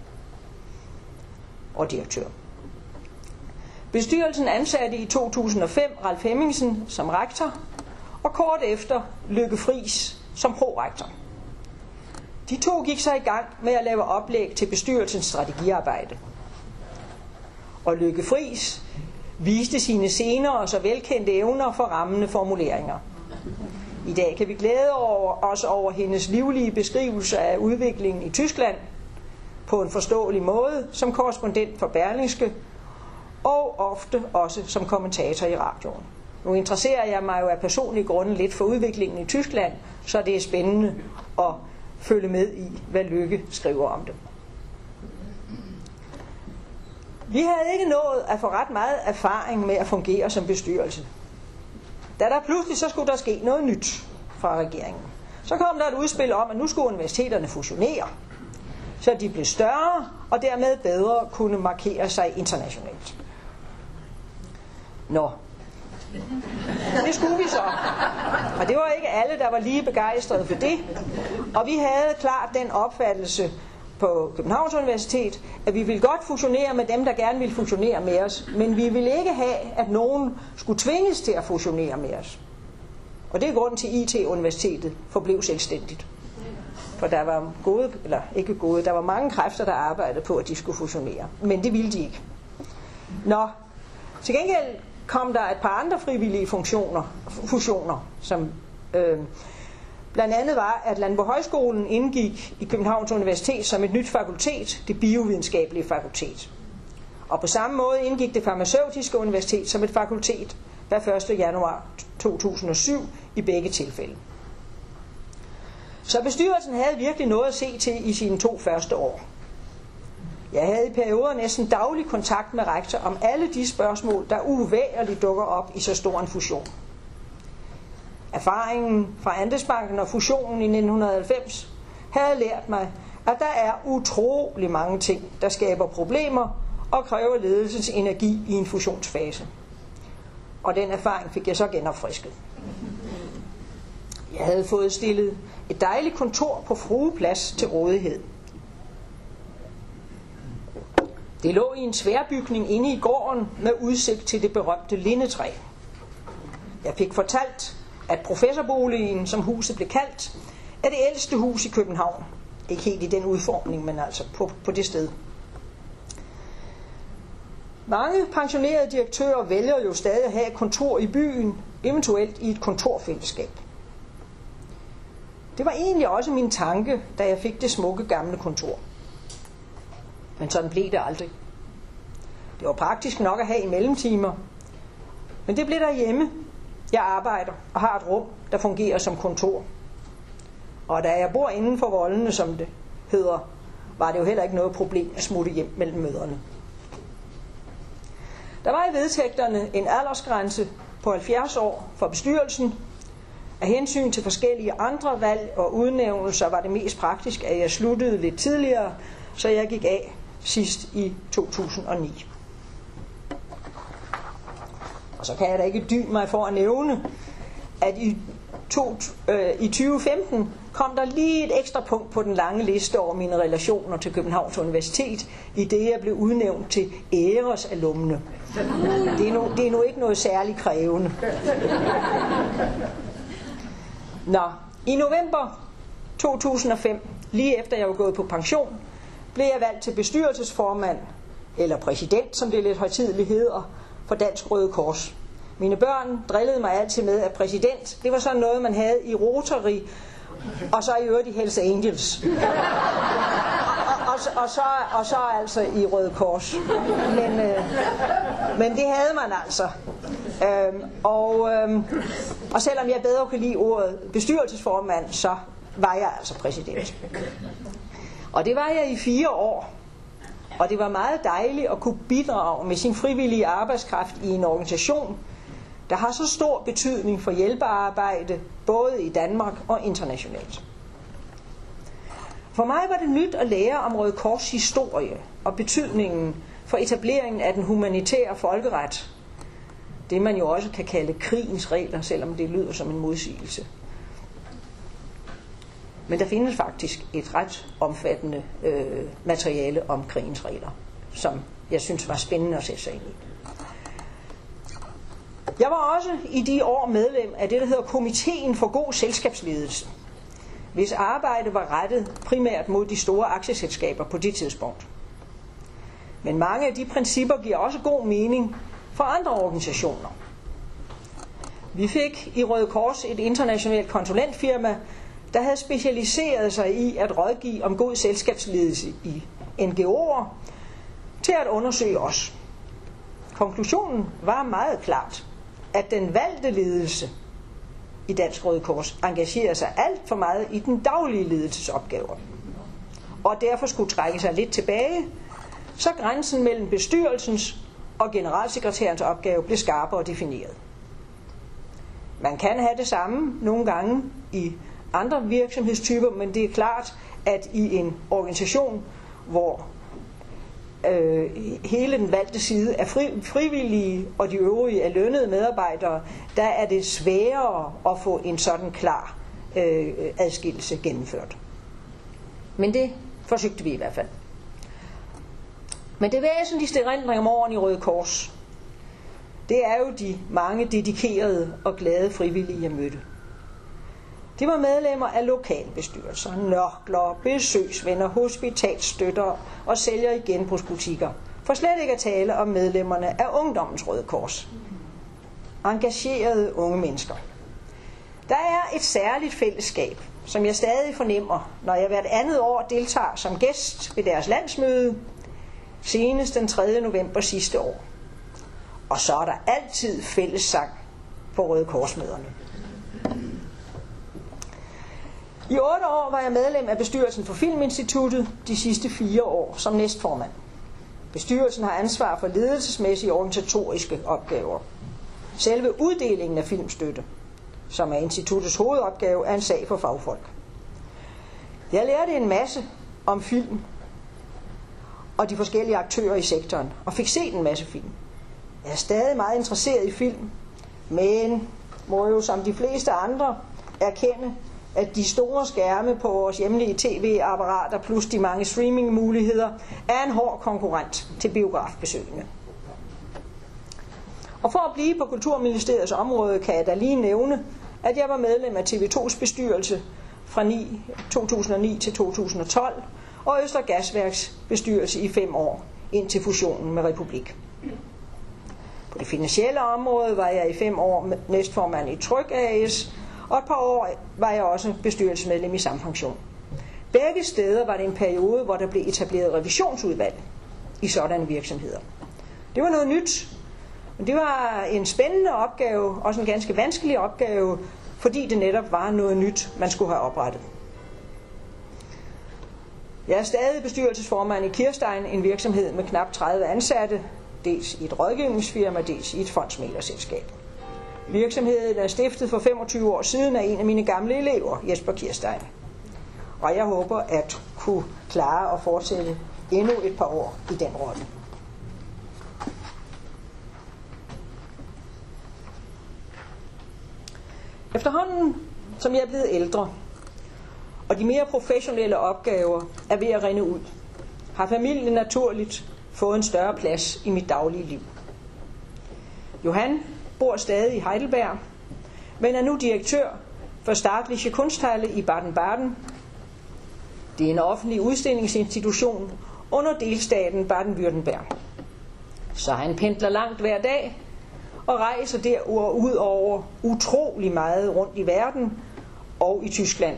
og direktør. Bestyrelsen ansatte i 2005 Ralf Hemmingsen som rektor og kort efter Lykke Friis som prorektor. De to gik så i gang med at lave oplæg til bestyrelsens strategiarbejde. Og Lykke Friis viste sine senere så velkendte evner for rammende formuleringer. I dag kan vi glæde os over hendes livlige beskrivelse af udviklingen i Tyskland på en forståelig måde som korrespondent for Berlingske og ofte også som kommentator i radioen. Nu interesserer jeg mig jo af personlige grunde lidt for udviklingen i Tyskland, så det er spændende at følge med i, hvad Lykke skriver om det. Vi havde ikke nået at få ret meget erfaring med at fungere som bestyrelse. Da der pludselig så skulle der ske noget nyt fra regeringen. Så kom der et udspil om, at nu skulle universiteterne fusionere, så de blev større og dermed bedre kunne markere sig internationalt. Nå, det skulle vi så. Og det var ikke alle, der var lige begejstrede for det. Og vi havde klart den opfattelse, på Københavns Universitet, at vi ville godt fusionere med dem, der gerne ville fusionere med os, men vi ville ikke have, at nogen skulle tvinges til at fusionere med os. Og det er grunden til, IT-universitetet forblev selvstændigt. For der var der var mange kræfter, der arbejdede på, at de skulle fusionere. Men det ville de ikke. Nå, til gengæld kom der et par andre frivillige fusioner, som blandt andet var, at Landbohøjskolen indgik i Københavns Universitet som et nyt fakultet, det biovidenskabelige fakultet. Og på samme måde indgik det farmaceutiske universitet som et fakultet hver 1. januar 2007 i begge tilfælde. Så bestyrelsen havde virkelig noget at se til i sine 2 første år. Jeg havde i perioder næsten daglig kontakt med rektor om alle de spørgsmål, der uvægerligt dukker op i så stor en fusion. Erfaringen fra Andelsbanken og fusionen i 1990 havde lært mig, at der er utrolig mange ting, der skaber problemer og kræver ledelsens energi i en fusionsfase. Og den erfaring fik jeg så genopfrisket. Jeg havde fået stillet et dejligt kontor på Frueplads til rådighed. Det lå i en tværbygning inde i gården med udsigt til det berømte lindetræ. Jeg fik fortalt, at professorboligen, som huset blev kaldt, er det ældste hus i København. Ikke helt i den udformning, men altså på det sted. Mange pensionerede direktører vælger jo stadig at have et kontor i byen, eventuelt i et kontorfællesskab. Det var egentlig også min tanke, da jeg fik det smukke gamle kontor. Men sådan blev det aldrig. Det var praktisk nok at have i mellemtimer, men det blev derhjemme. Jeg arbejder og har et rum, der fungerer som kontor. Og da jeg bor inden for voldene, som det hedder, var det jo heller ikke noget problem at smutte hjem mellem møderne. Der var i vedtægterne en aldersgrænse på 70 år for bestyrelsen. Af hensyn til forskellige andre valg og udnævnelser var det mest praktisk, at jeg sluttede lidt tidligere, så jeg gik af sidst i 2009. Og så kan jeg da ikke dy mig for at nævne, at i 2015 kom der lige et ekstra punkt på den lange liste over mine relationer til Københavns Universitet, i det jeg blev udnævnt til æresalumne. Det er nu ikke noget særligt krævende. Nå, i november 2005, lige efter jeg var gået på pension, blev jeg valgt til bestyrelsesformand, eller præsident, som det lidt højtideligt hedder, for Dansk Røde Kors. Mine børn drillede mig altid med, at præsident, det var sådan noget, man havde i Rotary, og så i øvrigt i Hells Angels. Og så altså i Røde Kors. Men det havde man altså. Og selvom jeg bedre kunne lide ordet bestyrelsesformand, så var jeg altså præsident. Og det var jeg i 4 år. Og det var meget dejligt at kunne bidrage med sin frivillige arbejdskraft i en organisation, der har så stor betydning for hjælpearbejde, både i Danmark og internationalt. For mig var det nyt at lære om Røde Kors historie og betydningen for etableringen af den humanitære folkeret. Det man jo også kan kalde krigens regler, selvom det lyder som en modsigelse. Men der findes faktisk et ret omfattende materiale om krigens regler, som jeg synes var spændende at sætte sig ind i. Jeg var også i de år medlem af det, der hedder Komiteen for God Selskabsledelse, hvis arbejde var rettet primært mod de store aktieselskaber på det tidspunkt. Men mange af de principper giver også god mening for andre organisationer. Vi fik i Røde Kors et internationalt konsulentfirma, der havde specialiseret sig i at rådgive om god selskabsledelse i NGO'er til at undersøge os. Konklusionen var meget klart, at den valgte ledelse i Dansk Røde Kors engagerer sig alt for meget i den daglige ledelsesopgaver, og derfor skulle trække sig lidt tilbage, så grænsen mellem bestyrelsens og generalsekretærens opgave blev skarpere defineret. Man kan have det samme nogle gange i andre virksomhedstyper, men det er klart, at i en organisation, hvor hele den valgte side er frivillige, og de øvrige er lønnede medarbejdere, der er det sværere at få en sådan klar adskillelse gennemført. Men det Forsøgte vi i hvert fald. Men det væsentligste erindring om årene i Røde Kors, det er jo de mange dedikerede og glade frivillige, jeg mødte. De var medlemmer af lokalbestyrelser, nørkler, besøgsvenner, hospitalsstøtter og sælgere i genbrugsbutikker. For slet ikke at tale om medlemmerne af Ungdommens Røde Kors. Engagerede unge mennesker. Der er et særligt fællesskab, som jeg stadig fornemmer, når jeg hvert andet år deltager som gæst ved deres landsmøde, senest den 3. november sidste år. Og så er der altid fællessang på Røde Korsmøderne. I 8 år var jeg medlem af bestyrelsen for Filminstituttet, de sidste 4 år som næstformand. Bestyrelsen har ansvar for ledelsesmæssige og organisatoriske opgaver. Selve uddelingen af filmstøtte, som er instituttets hovedopgave, er en sag for fagfolk. Jeg lærte en masse om film og de forskellige aktører i sektoren, og fik set en masse film. Jeg er stadig meget interesseret i film, men må jo som de fleste andre erkende, at de store skærme på vores hjemlige tv-apparater plus de mange streamingmuligheder er en hård konkurrent til biografbesøgende. Og for at blive på Kulturministeriets område, kan jeg da lige nævne, at jeg var medlem af TV2's bestyrelse fra 2009 til 2012, og Østre Gasværks bestyrelse i 5 år, indtil fusionen med Republik. På det finansielle område var jeg i 5 år næstformand i Tryg AS, og et par år var jeg også bestyrelsesmedlem i Samfunktion. Begge steder var det en periode, hvor der blev etableret revisionsudvalg i sådanne virksomheder. Det var noget nyt, men det var en spændende opgave, også en ganske vanskelig opgave, fordi det netop var noget nyt, man skulle have oprettet. Jeg er stadig bestyrelsesformand i Kirstein, en virksomhed med knap 30 ansatte, dels i et rådgivningsfirma, dels i et fondsmæglerselskab. Virksomheden er stiftet for 25 år siden af en af mine gamle elever, Jesper Kirstein. Og jeg håber at kunne klare at fortsætte endnu et par år i den rolle. Efterhånden, som jeg er blevet ældre, og de mere professionelle opgaver er ved at rinde ud, har familien naturligt fået en større plads i mit daglige liv. Johan bor stadig i Heidelberg, men er nu direktør for Staatliche Kunsthalle i Baden-Baden. Det er en offentlig udstillingsinstitution under delstaten Baden-Württemberg. Så han pendler langt hver dag og rejser derudover utrolig meget rundt i verden og i Tyskland.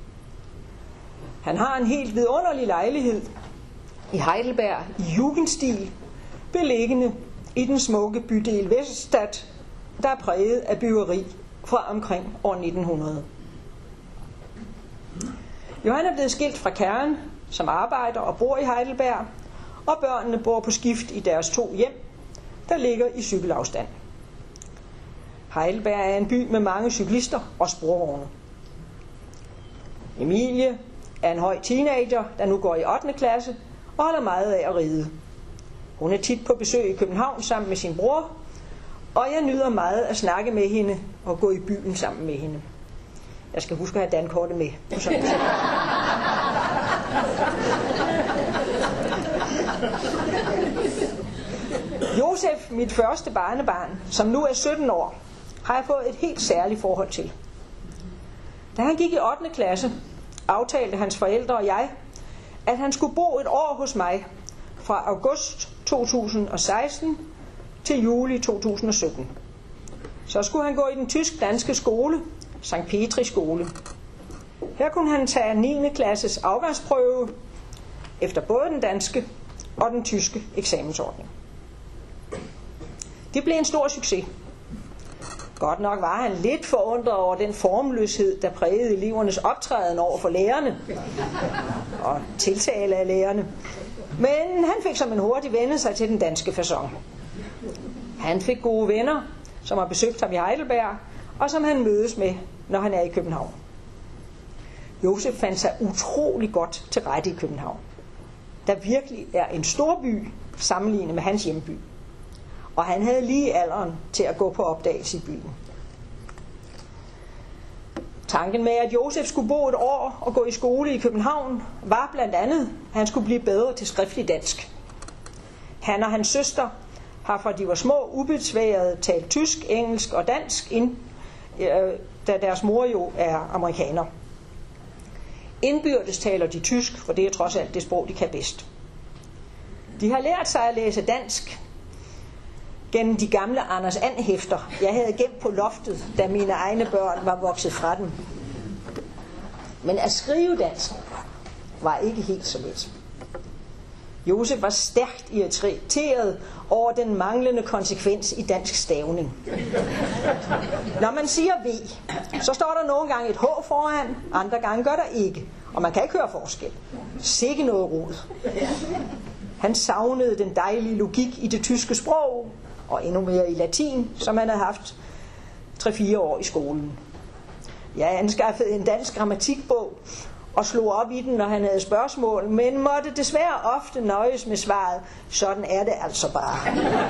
Han har en helt vidunderlig lejlighed i Heidelberg i jugendstil, beliggende i den smukke bydel Weststadt, der er præget af byggeri fra omkring år 1900. Johan er blevet skilt fra Karen, som arbejder og bor i Heidelberg, og børnene bor på skift i deres 2 hjem, der ligger i cykelafstand. Heidelberg er en by med mange cyklister og sporvogne. Emilie er en høj teenager, der nu går i 8. klasse og holder meget af at ride. Hun er tit på besøg i København sammen med sin bror, og jeg nyder meget at snakke med hende og gå i byen sammen med hende. Jeg skal huske at have dankortet med. Josef, mit første barnebarn, som nu er 17 år, har jeg fået et helt særligt forhold til. Da han gik i 8. klasse, aftalte hans forældre og jeg, at han skulle bo et år hos mig fra august 2016 til juli 2017. Så skulle han gå i den tysk-danske skole, Sankt Petri skole. Her kunne han tage 9. klasses afgangsprøve efter både den danske og den tyske eksamensordning. Det blev en stor succes. Godt nok var han lidt forundret over den formløshed, der prægede elevernes optræden over for lærerne og tiltale af lærerne. Men han fik som en hurtig vende sig til den danske facon. Han fik gode venner, som har besøgt ham i Heidelberg, og som han mødes med, når han er i København. Josef fandt sig utrolig godt til rette i København, der virkelig er en stor by sammenlignet med hans hjemby. Og han havde lige alderen til at gå på opdagelse i byen. Tanken med, at Josef skulle bo et år og gå i skole i København, var blandt andet, at han skulle blive bedre til skriftlig dansk. Han og hans søster har fra de var små ubesværet talt tysk, engelsk og dansk, da deres mor jo er amerikaner. Indbyrdes taler de tysk, for det er trods alt det sprog, de kan bedst. De har lært sig at læse dansk gennem de gamle Anders And-hæfter, jeg havde gemt på loftet, da mine egne børn var vokset fra dem. Men at skrive dansk var ikke helt så let. Josef var stærkt irriteret over den manglende konsekvens i dansk stavning. Når man siger V, så står der nogle gange et H foran, andre gange gør der ikke. Og man kan ikke høre forskel. Sikke noget rod. Han savnede den dejlige logik i det tyske sprog, og endnu mere i latin, som han havde haft 3-4 år i skolen. Jeg anskaffede en dansk grammatikbog og slog op i den, når han havde spørgsmål, men måtte desværre ofte nøjes med svaret, sådan er det altså bare.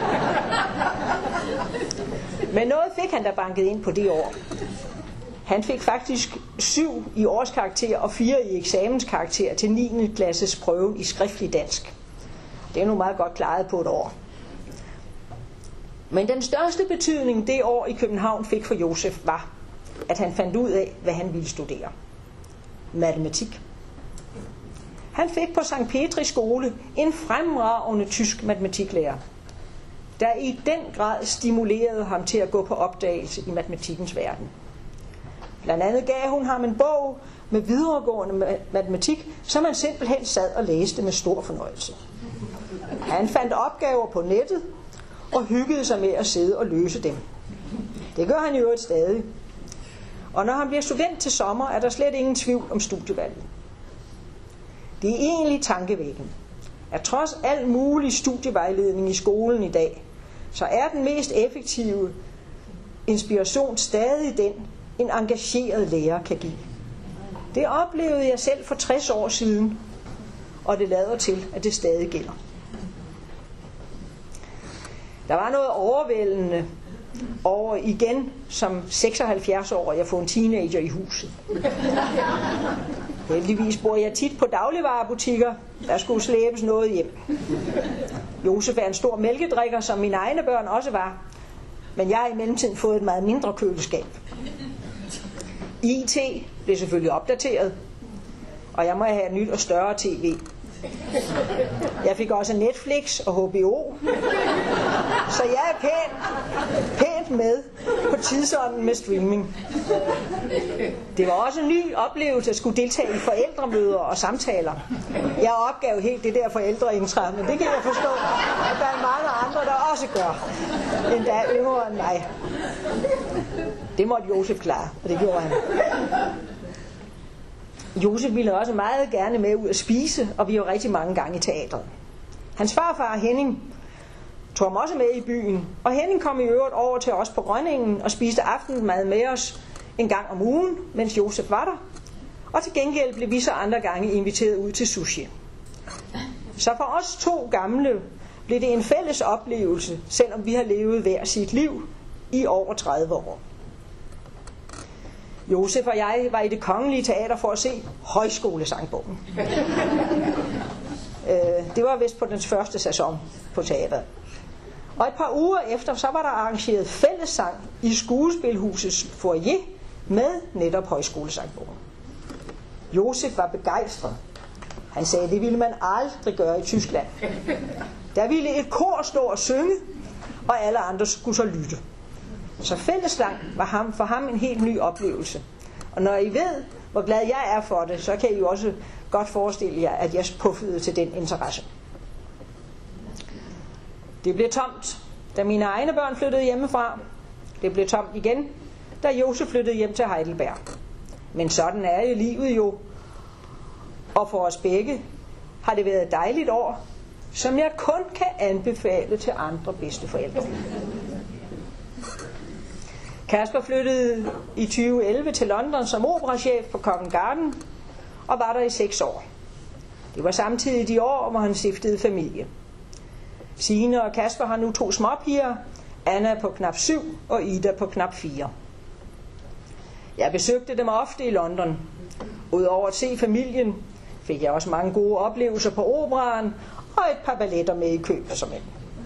Men noget fik han da banket ind på det år. Han fik faktisk 7 i årskarakter og 4 i eksamenskarakter til 9. klasses prøven i skriftlig dansk. Det er nu meget godt klaret på et år. Men den største betydning det år i København fik for Josef var, at han fandt ud af, hvad han ville studere. Matematik. Han fik på Sankt Petri skole en fremragende tysk matematiklærer, der i den grad stimulerede ham til at gå på opdagelse i matematikkens verden. Blandt andet gav hun ham en bog med videregående matematik, som han simpelthen sad og læste med stor fornøjelse. Han fandt opgaver på nettet og hyggede sig med at sidde og løse dem. Det gør han i øvrigt stadig. Og når han bliver student til sommer, er der slet ingen tvivl om studievalget. Det er egentlig tankevækkende, at trods al mulig studievejledning i skolen i dag, så er den mest effektive inspiration stadig den, en engageret lærer kan give. Det oplevede jeg selv for 60 år siden, og det lader til, at det stadig gælder. Der var noget overvældende over igen som 76-årig at få en teenager i huset. Heldigvis bor jeg tit på dagligvarebutikker. Der skulle slæbes noget hjem. Josef er en stor mælkedrikker, som mine egne børn også var. Men jeg har i mellemtiden fået et meget mindre køleskab. IT blev selvfølgelig opdateret, og jeg må have et nyt og større tv. Jeg fik også Netflix og HBO, så jeg er pænt med på tidsånden med streaming. Det var også en ny oplevelse at skulle deltage i forældremøder og samtaler. Jeg opgav helt det der forældreintra, men det kan jeg forstå, at der er mange andre, der også gør, endda yngre end mig. Det måtte Josef klare, og det gjorde han. Josef ville også meget gerne med ud at spise, og vi var rigtig mange gange i teatret. Hans farfar Henning tog ham også med i byen, og Henning kom i øvrigt over til os på Grønningen og spiste aftensmad med os en gang om ugen, mens Josef var der. Og til gengæld blev vi så andre gange inviteret ud til sushi. Så for os 2 gamle blev det en fælles oplevelse, selvom vi har levet hver sit liv i over 30 år. Josef og jeg var i Det Kongelige Teater for at se Højskolesangbogen. Det var vist på den første sæson på teateret. Og et par uger efter, så var der arrangeret fællessang i Skuespilhusets foyer med netop Højskolesangbogen. Josef var begejstret. Han sagde, det ville man aldrig gøre i Tyskland. Der ville et kor stå og synge, og alle andre skulle så lytte. Så fællessang var for ham en helt ny oplevelse. Og når I ved, hvor glad jeg er for det, så kan I jo også godt forestille jer, at jeg puffede til den interesse. Det blev tomt, da mine egne børn flyttede hjemmefra. Det blev tomt igen, da Josef flyttede hjem til Heidelberg. Men sådan er jo livet jo. Og for os begge har det været et dejligt år, som jeg kun kan anbefale til andre bedsteforældre. Kasper flyttede i 2011 til London som operachef på Covent Garden og var der i 6 år. Det var samtidig de år, hvor han stiftede familie. Signe og Kasper har nu 2 småpiger, Anna på knap 7 og Ida på knap 4. Jeg besøgte dem ofte i London. Udover at se familien, fik jeg også mange gode oplevelser på operaen og et par balletter med i købet som end.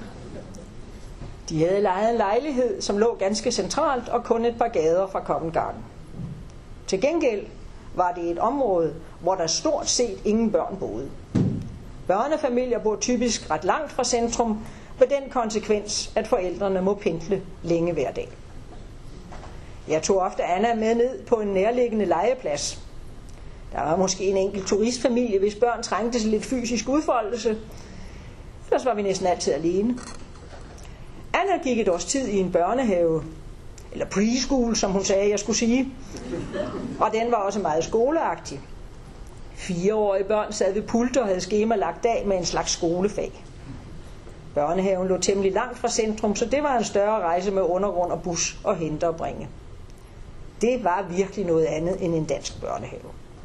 De havde lejet en lejlighed, som lå ganske centralt og kun et par gader fra Covent Garden. Til gengæld var det et område, hvor der stort set ingen børn boede. Børnefamilier bor typisk ret langt fra centrum, med den konsekvens, at forældrene må pendle længe hver dag. Jeg tog ofte Anna med ned på en nærliggende legeplads. Der var måske en enkelt turistfamilie, hvis børn trængte til lidt fysisk udfoldelse. Ellers var vi næsten altid alene. Anna gik et års tid i en børnehave, eller preschool, som hun sagde, jeg skulle sige. Og den var også meget skoleagtig. 4-årige børn sad ved pulter og havde skema lagt af med en slags skolefag. Børnehaven lå temmelig langt fra centrum, så det var en større rejse med undergrund og bus og hente og bringe. Det var virkelig noget andet end en dansk børnehave.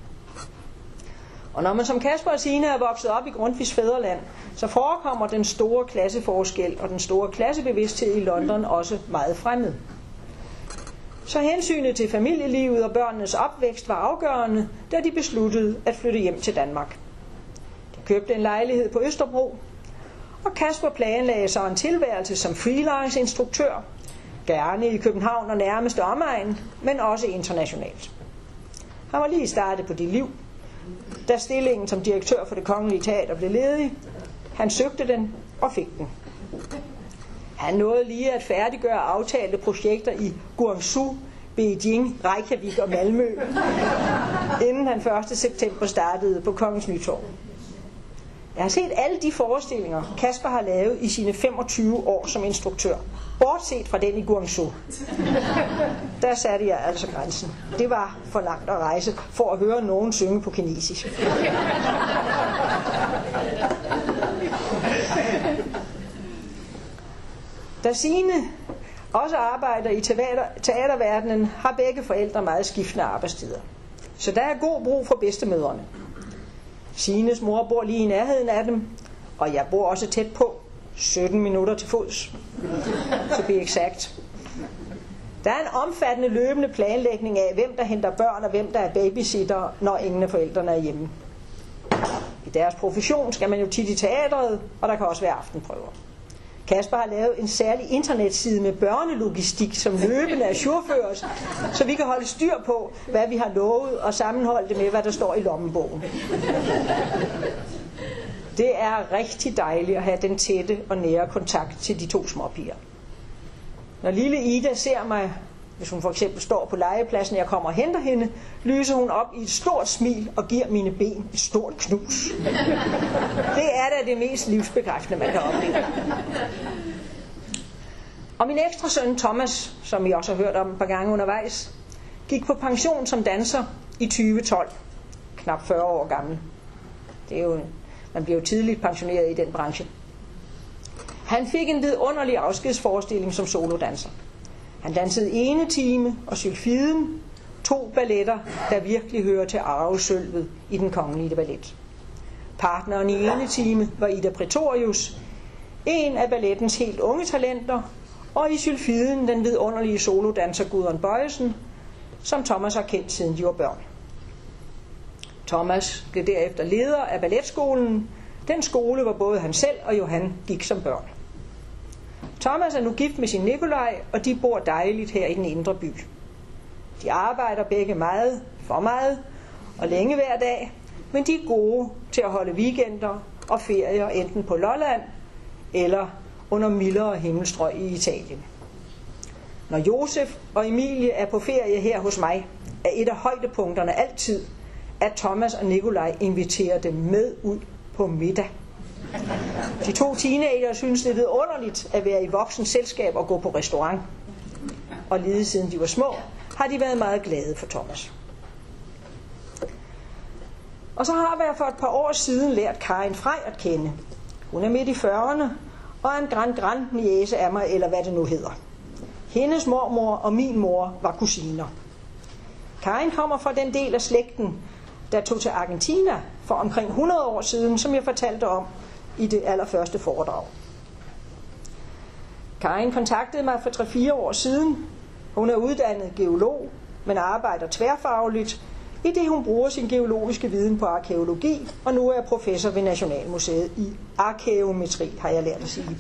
Og når man som Kasper og Signe er vokset op i Grundtvigs fædreland, så forekommer den store klasseforskel og den store klassebevidsthed i London også meget fremmed. Så hensynet til familielivet og børnenes opvækst var afgørende, da de besluttede at flytte hjem til Danmark. De købte en lejlighed på Østerbro, og Kasper planlagde sig en tilværelse som freelance-instruktør, gerne i København og nærmeste omegn, men også internationalt. Han var lige startet på det liv, da stillingen som direktør for Det Kongelige Teater blev ledig. Han søgte den og fik den. Han nåede lige at færdiggøre aftalte projekter i Guangzhou, Beijing, Reykjavik og Malmø, inden han 1. september startede på Kongens Nytorv. Jeg har set alle de forestillinger, Kasper har lavet i sine 25 år som instruktør, bortset fra den i Guangzhou. Der satte jeg altså grænsen. Det var for langt at rejse for at høre nogen synge på kinesisk. Da Signe også arbejder i teaterverdenen, har begge forældre meget skiftende arbejdstider. Så der er god brug for bedstemødrene. Signes mor bor lige i nærheden af dem, og jeg bor også tæt på, 17 minutter til fods, to be exact. Der er en omfattende løbende planlægning af, hvem der henter børn og hvem der er babysitter, når ingen af forældrene er hjemme. I deres profession skal man jo tit i teatret, og der kan også være aftenprøver. Kasper har lavet en særlig internetside med børnelogistik, som løbende ajourføres, så vi kan holde styr på, hvad vi har lovet, og sammenholde det med, hvad der står i lommebogen. Det er rigtig dejligt at have den tætte og nære kontakt til de 2 småpiger. Når lille Ida ser mig, hvis hun for eksempel står på legepladsen, og jeg kommer og henter hende, lyser hun op i et stort smil og giver mine ben et stort knus. Det er da det mest livsbekræftende, man kan opleve. Og min ekstra søn Thomas, som I også har hørt om et par gange undervejs, gik på pension som danser i 2012. Knap 40 år gammel. Det er jo, man bliver jo tidligt pensioneret i den branche. Han fik en vidunderlig afskedsforestilling som solodanser. Han dansede Enetime og Sylfiden, 2 balletter, der virkelig hører til arvesølvet i Den Kongelige Ballet. Partneren i Enetime var Ida Prætorius, en af ballettens helt unge talenter, og i Sylfiden den vidunderlige solodanser Gudrun Bøjesen, som Thomas har kendt siden de var børn. Thomas blev derefter leder af balletskolen. Den skole, hvor både han selv og Johan gik som børn. Thomas er nu gift med sin Nikolaj, og de bor dejligt her i den indre by. De arbejder begge meget, for meget og længe hver dag, men de er gode til at holde weekender og ferier enten på Lolland eller under mildere himmelstrøg i Italien. Når Josef og Emilie er på ferie her hos mig, er et af højdepunkterne altid, at Thomas og Nikolaj inviterer dem med ud på middag. De 2 teenager synes, det er vidunderligt at være i voksens selskab og gå på restaurant. Og lige siden de var små, har de været meget glade for Thomas. Og så har jeg for et par år siden lært Karin Frey at kende. Hun er midt i 40'erne og er en grand niece af mig, eller hvad det nu hedder. Hendes mormor og min mor var kusiner. Karin kommer fra den del af slægten, der tog til Argentina for omkring 100 år siden, som jeg fortalte om i det allerførste foredrag. Karin kontaktede mig for 3-4 år siden. Hun er uddannet geolog, men arbejder tværfagligt, i det hun bruger sin geologiske viden på arkæologi, og nu er professor ved Nationalmuseet i arkæometri, har jeg lært at sige.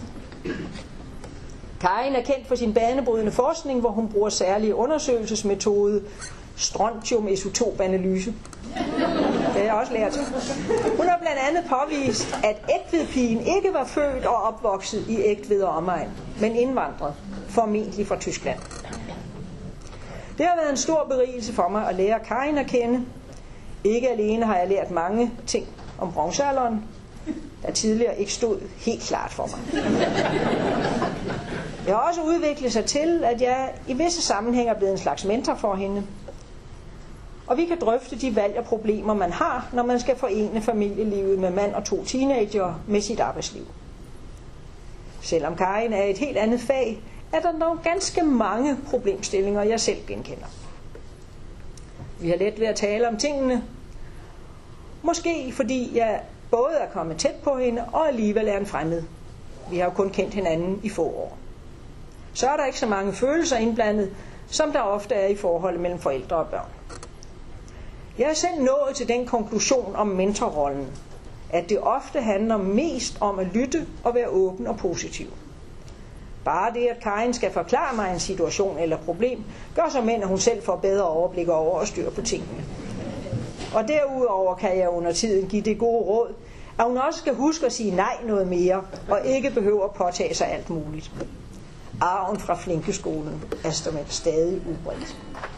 Karin er kendt for sin banebrydende forskning, hvor hun bruger særlige undersøgelsesmetode, strontium-isotopanalyse. Det har jeg også lært. Hun har blandt andet påvist, at Egtvedpigen ikke var født og opvokset i Egtved og omegn, men indvandret, formentlig fra Tyskland. Det har været en stor berigelse for mig at lære Karin at kende. Ikke alene har jeg lært mange ting om bronzealderen, der tidligere ikke stod helt klart for mig. Det har også udviklet sig til, at jeg i visse sammenhænge er blevet en slags mentor for hende. Og vi kan drøfte de valg og problemer, man har, når man skal forene familielivet med mand og 2 teenager med sit arbejdsliv. Selvom Karin er et helt andet fag, er der dog ganske mange problemstillinger, jeg selv genkender. Vi har let ved at tale om tingene. Måske fordi jeg både er kommet tæt på hende og alligevel er en fremmed. Vi har jo kun kendt hinanden i få år. Så er der ikke så mange følelser indblandet, som der ofte er i forholdet mellem forældre og børn. Jeg er selv nået til den konklusion om mentorrollen, at det ofte handler mest om at lytte og være åben og positiv. Bare det, at Karin skal forklare mig en situation eller problem, gør så mænd, at hun selv får bedre overblik over og styr på tingene. Og derudover kan jeg under tiden give det gode råd, at hun også skal huske at sige nej noget mere, og ikke behøver at påtage sig alt muligt. Arven fra Flinkeskolen er stadig udbredt.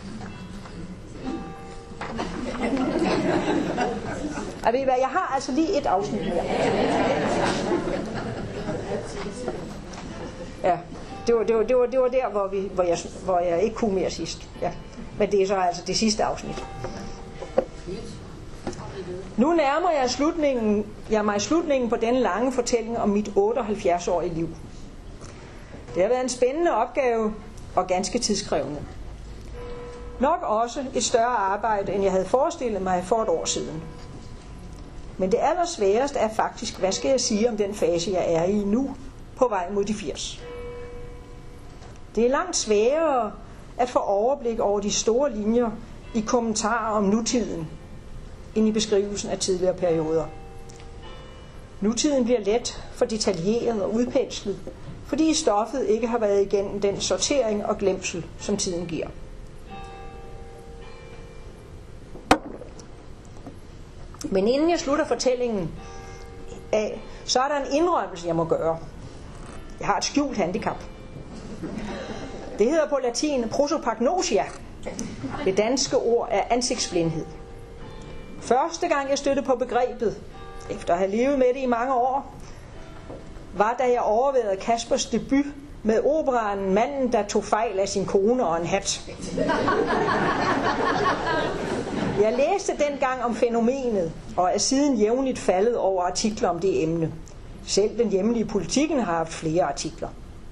Og ved I hvad, jeg har altså lige et afsnit mere. Ja, det var der, hvor jeg ikke kunne mere sidst. Ja. Men det er så altså det sidste afsnit. Nu nærmer jeg mig slutningen på denne lange fortælling om mit 78-årige liv. Det har været en spændende opgave og ganske tidskrævende. Nok også et større arbejde, end jeg havde forestillet mig for et år siden. Men det allersværeste er faktisk, hvad skal jeg sige om den fase, jeg er i nu, på vej mod de 80. Det er langt sværere at få overblik over de store linjer i kommentarer om nutiden, end i beskrivelsen af tidligere perioder. Nutiden bliver let for detaljeret og udpenslet, fordi stoffet ikke har været igennem den sortering og glemsel, som tiden giver. Men inden jeg slutter fortællingen af, så er der en indrømmelse, jeg må gøre. Jeg har et skjult handicap. Det hedder på latin prosopagnosia. Det danske ord er ansigtsblindhed. Første gang jeg stødte på begrebet, efter at have levet med det i mange år, var da jeg overværede Kaspers debut med operaen Manden, der tog fejl af sin kone og en hat. Jeg læste dengang om fænomenet, og er siden jævnligt faldet over artikler om det emne. Selv den hjemlige Politikken har haft flere artikler.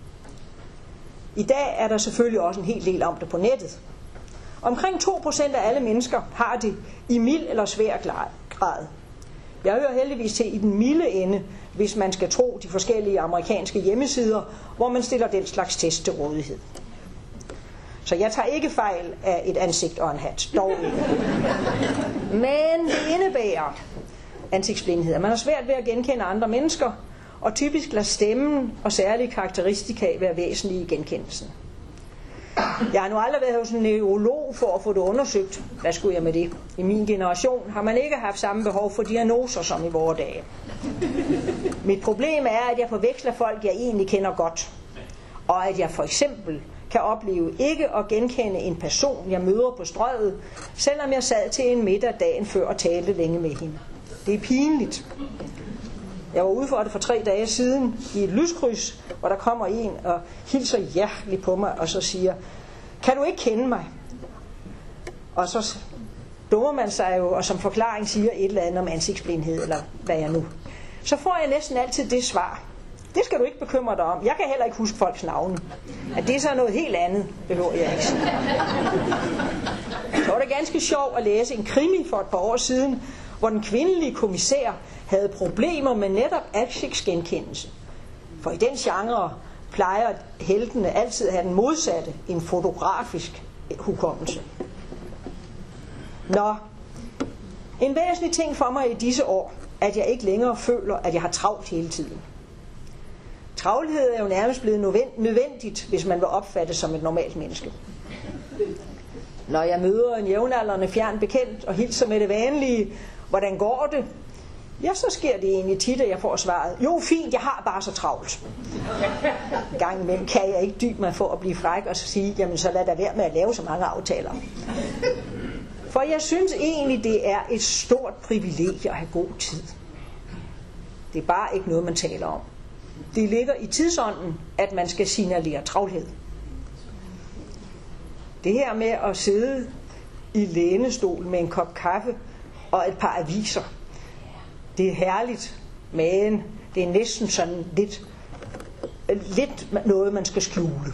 I dag er der selvfølgelig også en hel del om det på nettet. Omkring 2% af alle mennesker har det i mild eller svær grad. Jeg hører heldigvis til i den milde ende, hvis man skal tro de forskellige amerikanske hjemmesider, hvor man stiller den slags test til rådighed. Så jeg tager ikke fejl af et ansigt og en hat, dog ikke. Men det indebærer ansigtsblindhed, at man har svært ved at genkende andre mennesker, og typisk lader stemmen og særlige karakteristika være væsentlige i genkendelsen. Jeg har nu aldrig været hos en neurolog for at få det undersøgt. Hvad skulle jeg med det? I min generation har man ikke haft samme behov for diagnoser som i vore dage. Mit problem er, at jeg forveksler folk, jeg egentlig kender godt. Og at jeg for eksempel kan opleve ikke at genkende en person, jeg møder på strøget, selvom jeg sad til en middag dagen før og talte længe med hende. Det er pinligt. Jeg var ude for det for 3 dage siden i et lyskryds, hvor der kommer en og hilser hjerteligt på mig og så siger, kan du ikke kende mig? Og så dummer man sig jo, og som forklaring siger et eller andet om ansigtsblindhed, eller hvad jeg nu. Så får jeg næsten altid det svar. Det skal du ikke bekymre dig om. Jeg kan heller ikke huske folks navne. At det er så noget helt andet, behøver jeg ikke sige. Så var det ganske sjovt at læse en krimi for et par år siden, hvor den kvindelige kommissær havde problemer med netop ansigtsgenkendelse. For i den genre plejer heltene altid at have den modsatte, en fotografisk hukommelse. Nå, en væsentlig ting for mig i disse år, at jeg ikke længere føler, at jeg har travlt hele tiden. Travlhed er jo nærmest blevet nødvendigt, hvis man vil opfattes som et normalt menneske. Når jeg møder en jævnaldrende fjern bekendt og hilser med det vanlige, hvordan går det? Ja, så sker det egentlig tit, at jeg får svaret, jo fint, jeg har bare så travlt. Gang imellem kan jeg ikke dybe mig for at blive fræk og sige, jamen så lad da være med at lave så mange aftaler. For jeg synes egentlig, det er et stort privilegie at have god tid. Det er bare ikke noget, man taler om. Det ligger i tidsånden, at man skal signalere travlhed. Det her med at sidde i lænestol med en kop kaffe og et par aviser, det er herligt, men det er næsten sådan lidt noget, man skal skjule.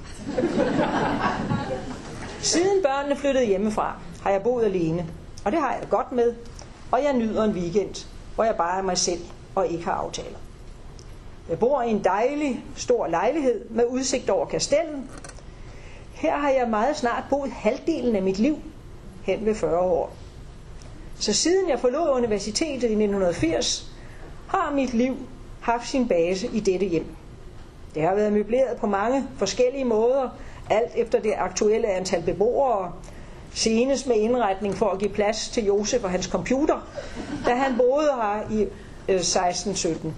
Siden børnene flyttede hjemmefra, har jeg boet alene, og det har jeg godt med, og jeg nyder en weekend, hvor jeg bare er mig selv og ikke har aftaler. Jeg bor i en dejlig, stor lejlighed med udsigt over Kastellet. Her har jeg meget snart boet halvdelen af mit liv, hen ved 40 år. Så siden jeg forlod universitetet i 1980, har mit liv haft sin base i dette hjem. Det har været møbleret på mange forskellige måder, alt efter det aktuelle antal beboere, senest med indretning for at give plads til Josef og hans computer, da han boede her i 16-17.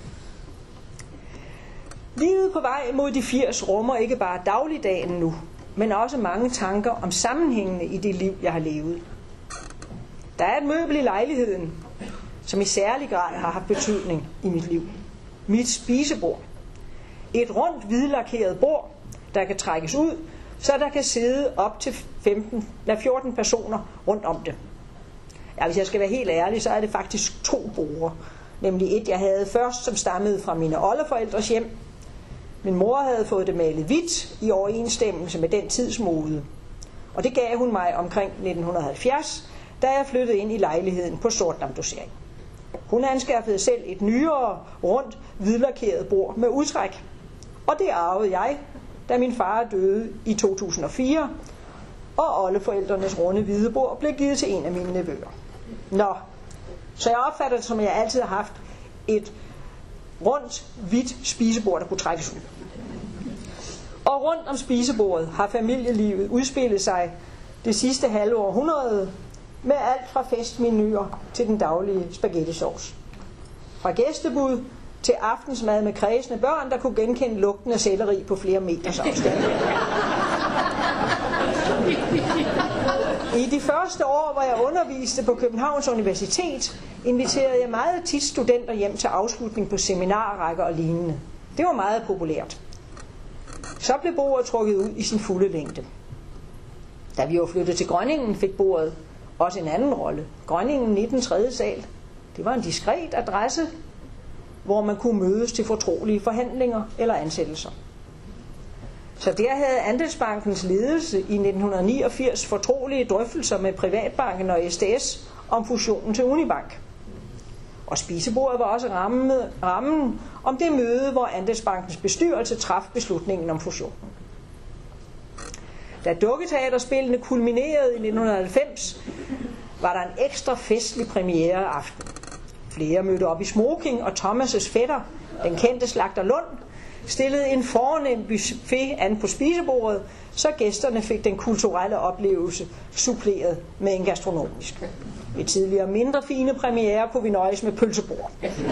Livet på vej mod de 80 rummer ikke bare dagligdagen nu, men også mange tanker om sammenhængene i det liv, jeg har levet. Der er et møbel i lejligheden, som i særlig grad har haft betydning i mit liv. Mit spisebord. Et rundt hvidlakeret bord, der kan trækkes ud, så der kan sidde op til 14 personer rundt om det. Ja, hvis jeg skal være helt ærlig, så er det faktisk 2 borde. Nemlig et, jeg havde først, som stammede fra mine oldeforældres hjem. Min mor havde fået det malet hvidt i overensstemmelse med den tidsmode. Og det gav hun mig omkring 1970, da jeg flyttede ind i lejligheden på sortlamdosering. Hun anskaffede selv et nyere, rundt, hvidlakeret bord med udtræk. Og det arvede jeg, da min far døde i 2004, og oldeforældrenes runde hvide bord blev givet til en af mine nevøer. Nå, så jeg opfatter det, som jeg altid har haft et rundt, hvidt spisebord, der kunne trækkes ud. Og rundt om spisebordet har familielivet udspillet sig det sidste halve århundrede med alt fra festmenuer til den daglige spaghettisauce. Fra gæstebud til aftensmad med kræsne børn, der kunne genkende lugten af selleri på flere meters afstand. I de første år, hvor jeg underviste på Københavns Universitet, inviterede jeg meget tit studenter hjem til afslutning på seminarrækker og lignende. Det var meget populært. Så blev bordet trukket ud i sin fulde længde. Da vi var flyttet til Grønningen, fik bordet også en anden rolle. Grønningen 19. 3. sal. Det var en diskret adresse, hvor man kunne mødes til fortrolige forhandlinger eller ansættelser. Så der havde Andelsbankens ledelse i 1989 fortrolige drøftelser med Privatbanken og SDS om fusionen til Unibank. Og spisebordet var også rammen om det møde, hvor Andelsbankens bestyrelse traf beslutningen om fusionen. Da dukketeaterspillene kulminerede i 1990, var der en ekstra festlig premiere aften. Flere mødte op i smoking, og Thomas' fætter, den kendte slagter Lund, stillede en fornem buffet an på spisebordet, så gæsterne fik den kulturelle oplevelse suppleret med en gastronomisk. Ved tidligere mindre fine premiere kunne vi nøjes med pølsebord.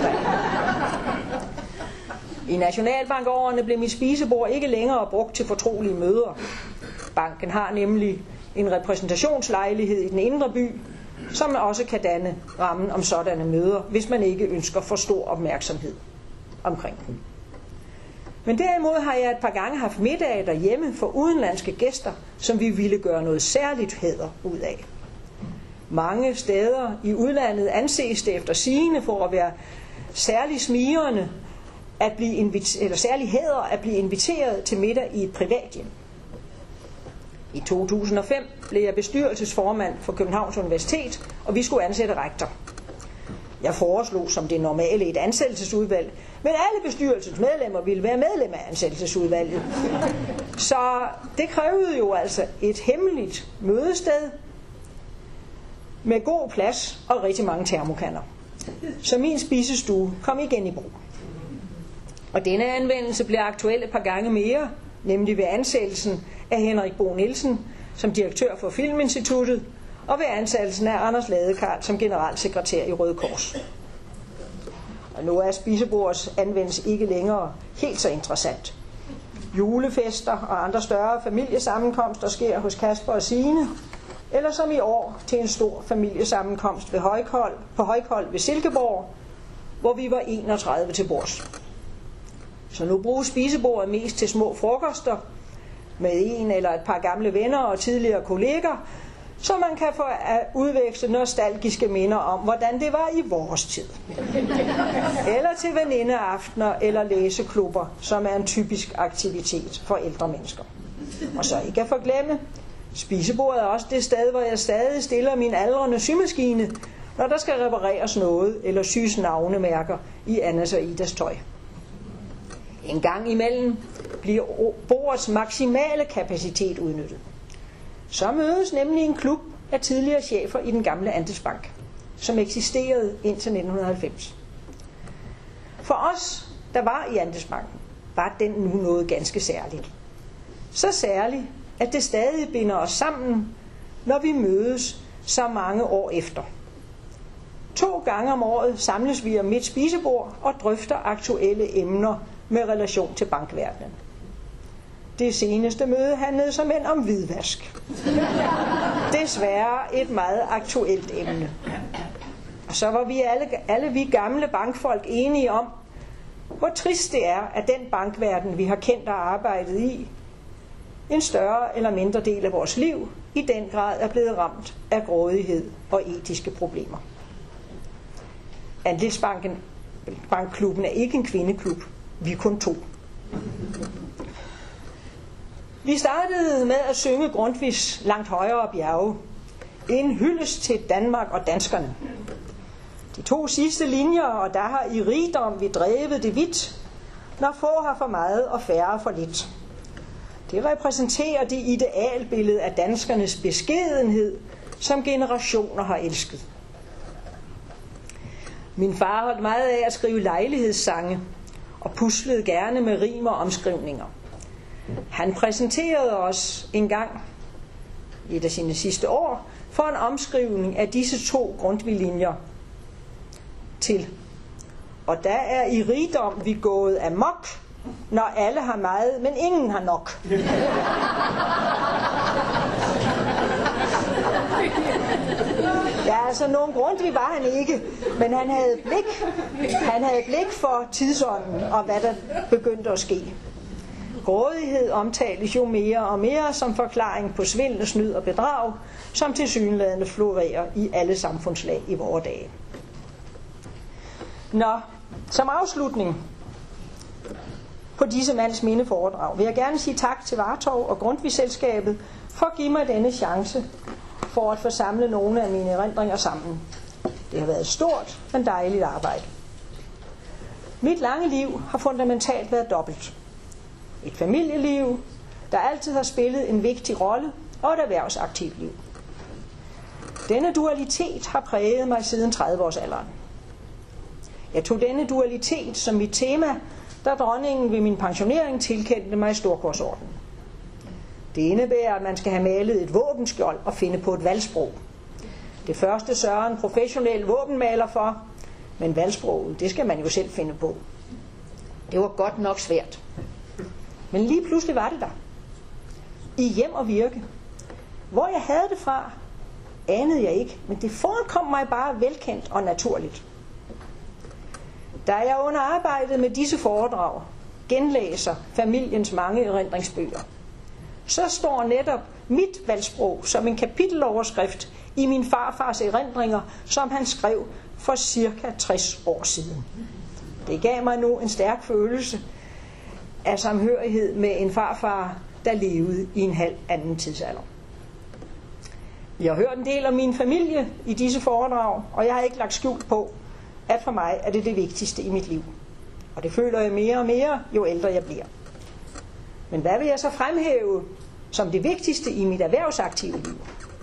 I Nationalbankårene blev mit spisebord ikke længere brugt til fortrolige møder. Banken har nemlig en repræsentationslejlighed i den indre by, som også kan danne rammen om sådanne møder, hvis man ikke ønsker for stor opmærksomhed omkring dem. Men derimod har jeg et par gange haft middage derhjemme for udenlandske gæster, som vi ville gøre noget særligt hæder ud af. Mange steder i udlandet anses det efter sigende for at være særlig smigrende eller særlig hæder at blive inviteret til middag i et privathjem. I 2005 blev jeg bestyrelsesformand for Københavns Universitet, og vi skulle ansætte rektor. Jeg foreslog som det normale et ansættelsesudvalg, men alle bestyrelsens medlemmer ville være medlem af ansættelsesudvalget. Så det krævede jo altså et hemmeligt mødested med god plads og rigtig mange termokander. Så min spisestue kom igen i brug. Og denne anvendelse blev aktuel et par gange mere, nemlig ved ansættelsen af Henrik Bo Nielsen som direktør for Filminstituttet, og ved ansættelsen af Anders Ladekarl som generalsekretær i Røde Kors. Og nu er spisebords anvendelse ikke længere helt så interessant. Julefester og andre større familiesammenkomster sker hos Kasper og Signe, eller som i år til en stor familiesammenkomst på Højkold ved Silkeborg, hvor vi var 31 til bords. Så nu bruges spisebordet mest til små frokoster med en eller et par gamle venner og tidligere kolleger, så man kan få udveksle nostalgiske minder om, hvordan det var i vores tid. Eller til venindeaftener eller læseklubber, som er en typisk aktivitet for ældre mennesker. Og så ikke at forglemme, spisebordet er også det sted, hvor jeg stadig stiller min aldrende symaskine, når der skal repareres noget eller syes navnemærker i Annas og Idas tøj. En gang imellem bliver bordets maksimale kapacitet udnyttet. Så mødes nemlig en klub af tidligere chefer i den gamle Andelsbank, som eksisterede indtil 1990. For os, der var i Andelsbanken, var den nu noget ganske særligt. Så særligt, at det stadig binder os sammen, når vi mødes så mange år efter. 2 gange om året samles vi om mit spisebord og drøfter aktuelle emner med relation til bankverdenen. Det seneste møde handlede som end om hvidvask. Desværre et meget aktuelt emne. Og så var vi alle vi gamle bankfolk enige om, hvor trist det er, at den bankverden, vi har kendt og arbejdet i, en større eller mindre del af vores liv, i den grad er blevet ramt af grådighed og etiske problemer. Andelsbankklubben er ikke en kvindeklub. Vi er kun 2. Vi startede med at synge Grundtvigs Langt højere bjerge. En hyldest til Danmark og danskerne. De 2 sidste linjer, og der har i rigdom vi drevet det vidt, når få har for meget og færre for lidt. Det repræsenterer det idealbillede af danskernes beskedenhed, som generationer har elsket. Min far holdt meget af at skrive lejlighedssange, og puslede gerne med rim og omskrivninger. Han præsenterede os en gang, i et af sine sidste år, for en omskrivning af disse 2 Grundtvig-linjer til. Og der er i rigdom vi gået amok, når alle har meget, men ingen har nok. Ja, altså nogen Grundtvig var han ikke, men han havde blik for tidsånden og hvad der begyndte at ske. Grådighed omtales jo mere og mere som forklaring på svindel, snyd og bedrag, som tilsyneladende florerer i alle samfundslag i vore dage. Nå, som afslutning på disse mands mindeforedrag vil jeg gerne sige tak til Vartov og Grundtvig-selskabet for at give mig denne chance for at få samlet nogle af mine erindringer sammen. Det har været et stort, men dejligt arbejde. Mit lange liv har fundamentalt været dobbelt. Et familieliv, der altid har spillet en vigtig rolle, og et erhvervsaktivt liv. Denne dualitet har præget mig siden 30-årsalderen. Jeg tog denne dualitet som mit tema, da dronningen ved min pensionering tilkendte mig storkorsordenen. Det indebærer, at man skal have malet et våbenskjold og finde på et valgsprog. Det første sørger en professionel våbenmaler for, men valgsproget, det skal man jo selv finde på. Det var godt nok svært. Men lige pludselig var det der. I hjem og virke. Hvor jeg havde det fra, anede jeg ikke, men det forekom mig bare velkendt og naturligt. Da jeg under arbejdet med disse foredrag genlæser familiens mange erindringsbøger, så står netop mit valgsprog som en kapiteloverskrift i min farfars erindringer, som han skrev for cirka 60 år siden. Det gav mig nu en stærk følelse af samhørighed med en farfar, der levede i en halv anden tidsalder. Jeg har hørt en del om min familie i disse foredrag, og jeg har ikke lagt skjul på, at for mig er det vigtigste i mit liv. Og det føler jeg mere og mere, jo ældre jeg bliver. Men hvad vil jeg så fremhæve som det vigtigste i mit erhvervsaktive liv?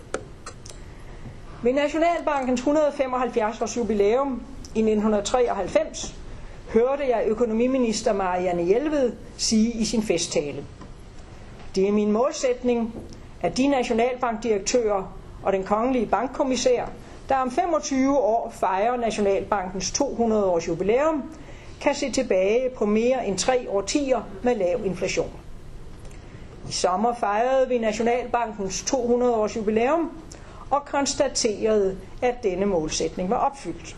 Ved Nationalbankens 175-års jubilæum i 1993 hørte jeg økonomiminister Marianne Jelved sige i sin festtale: "Det er min målsætning, at de nationalbankdirektører og den kongelige bankkommissær, der om 25 år fejrer Nationalbankens 200-års jubilæum, kan se tilbage på mere end 3 årtier med lav inflation." I sommer fejrede vi Nationalbankens 200-års jubilæum og konstaterede, at denne målsætning var opfyldt.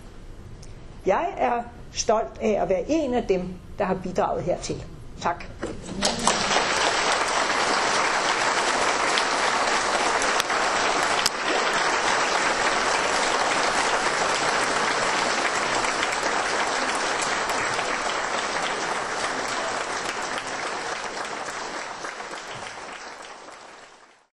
Jeg er stolt af at være en af dem, der har bidraget hertil. Tak.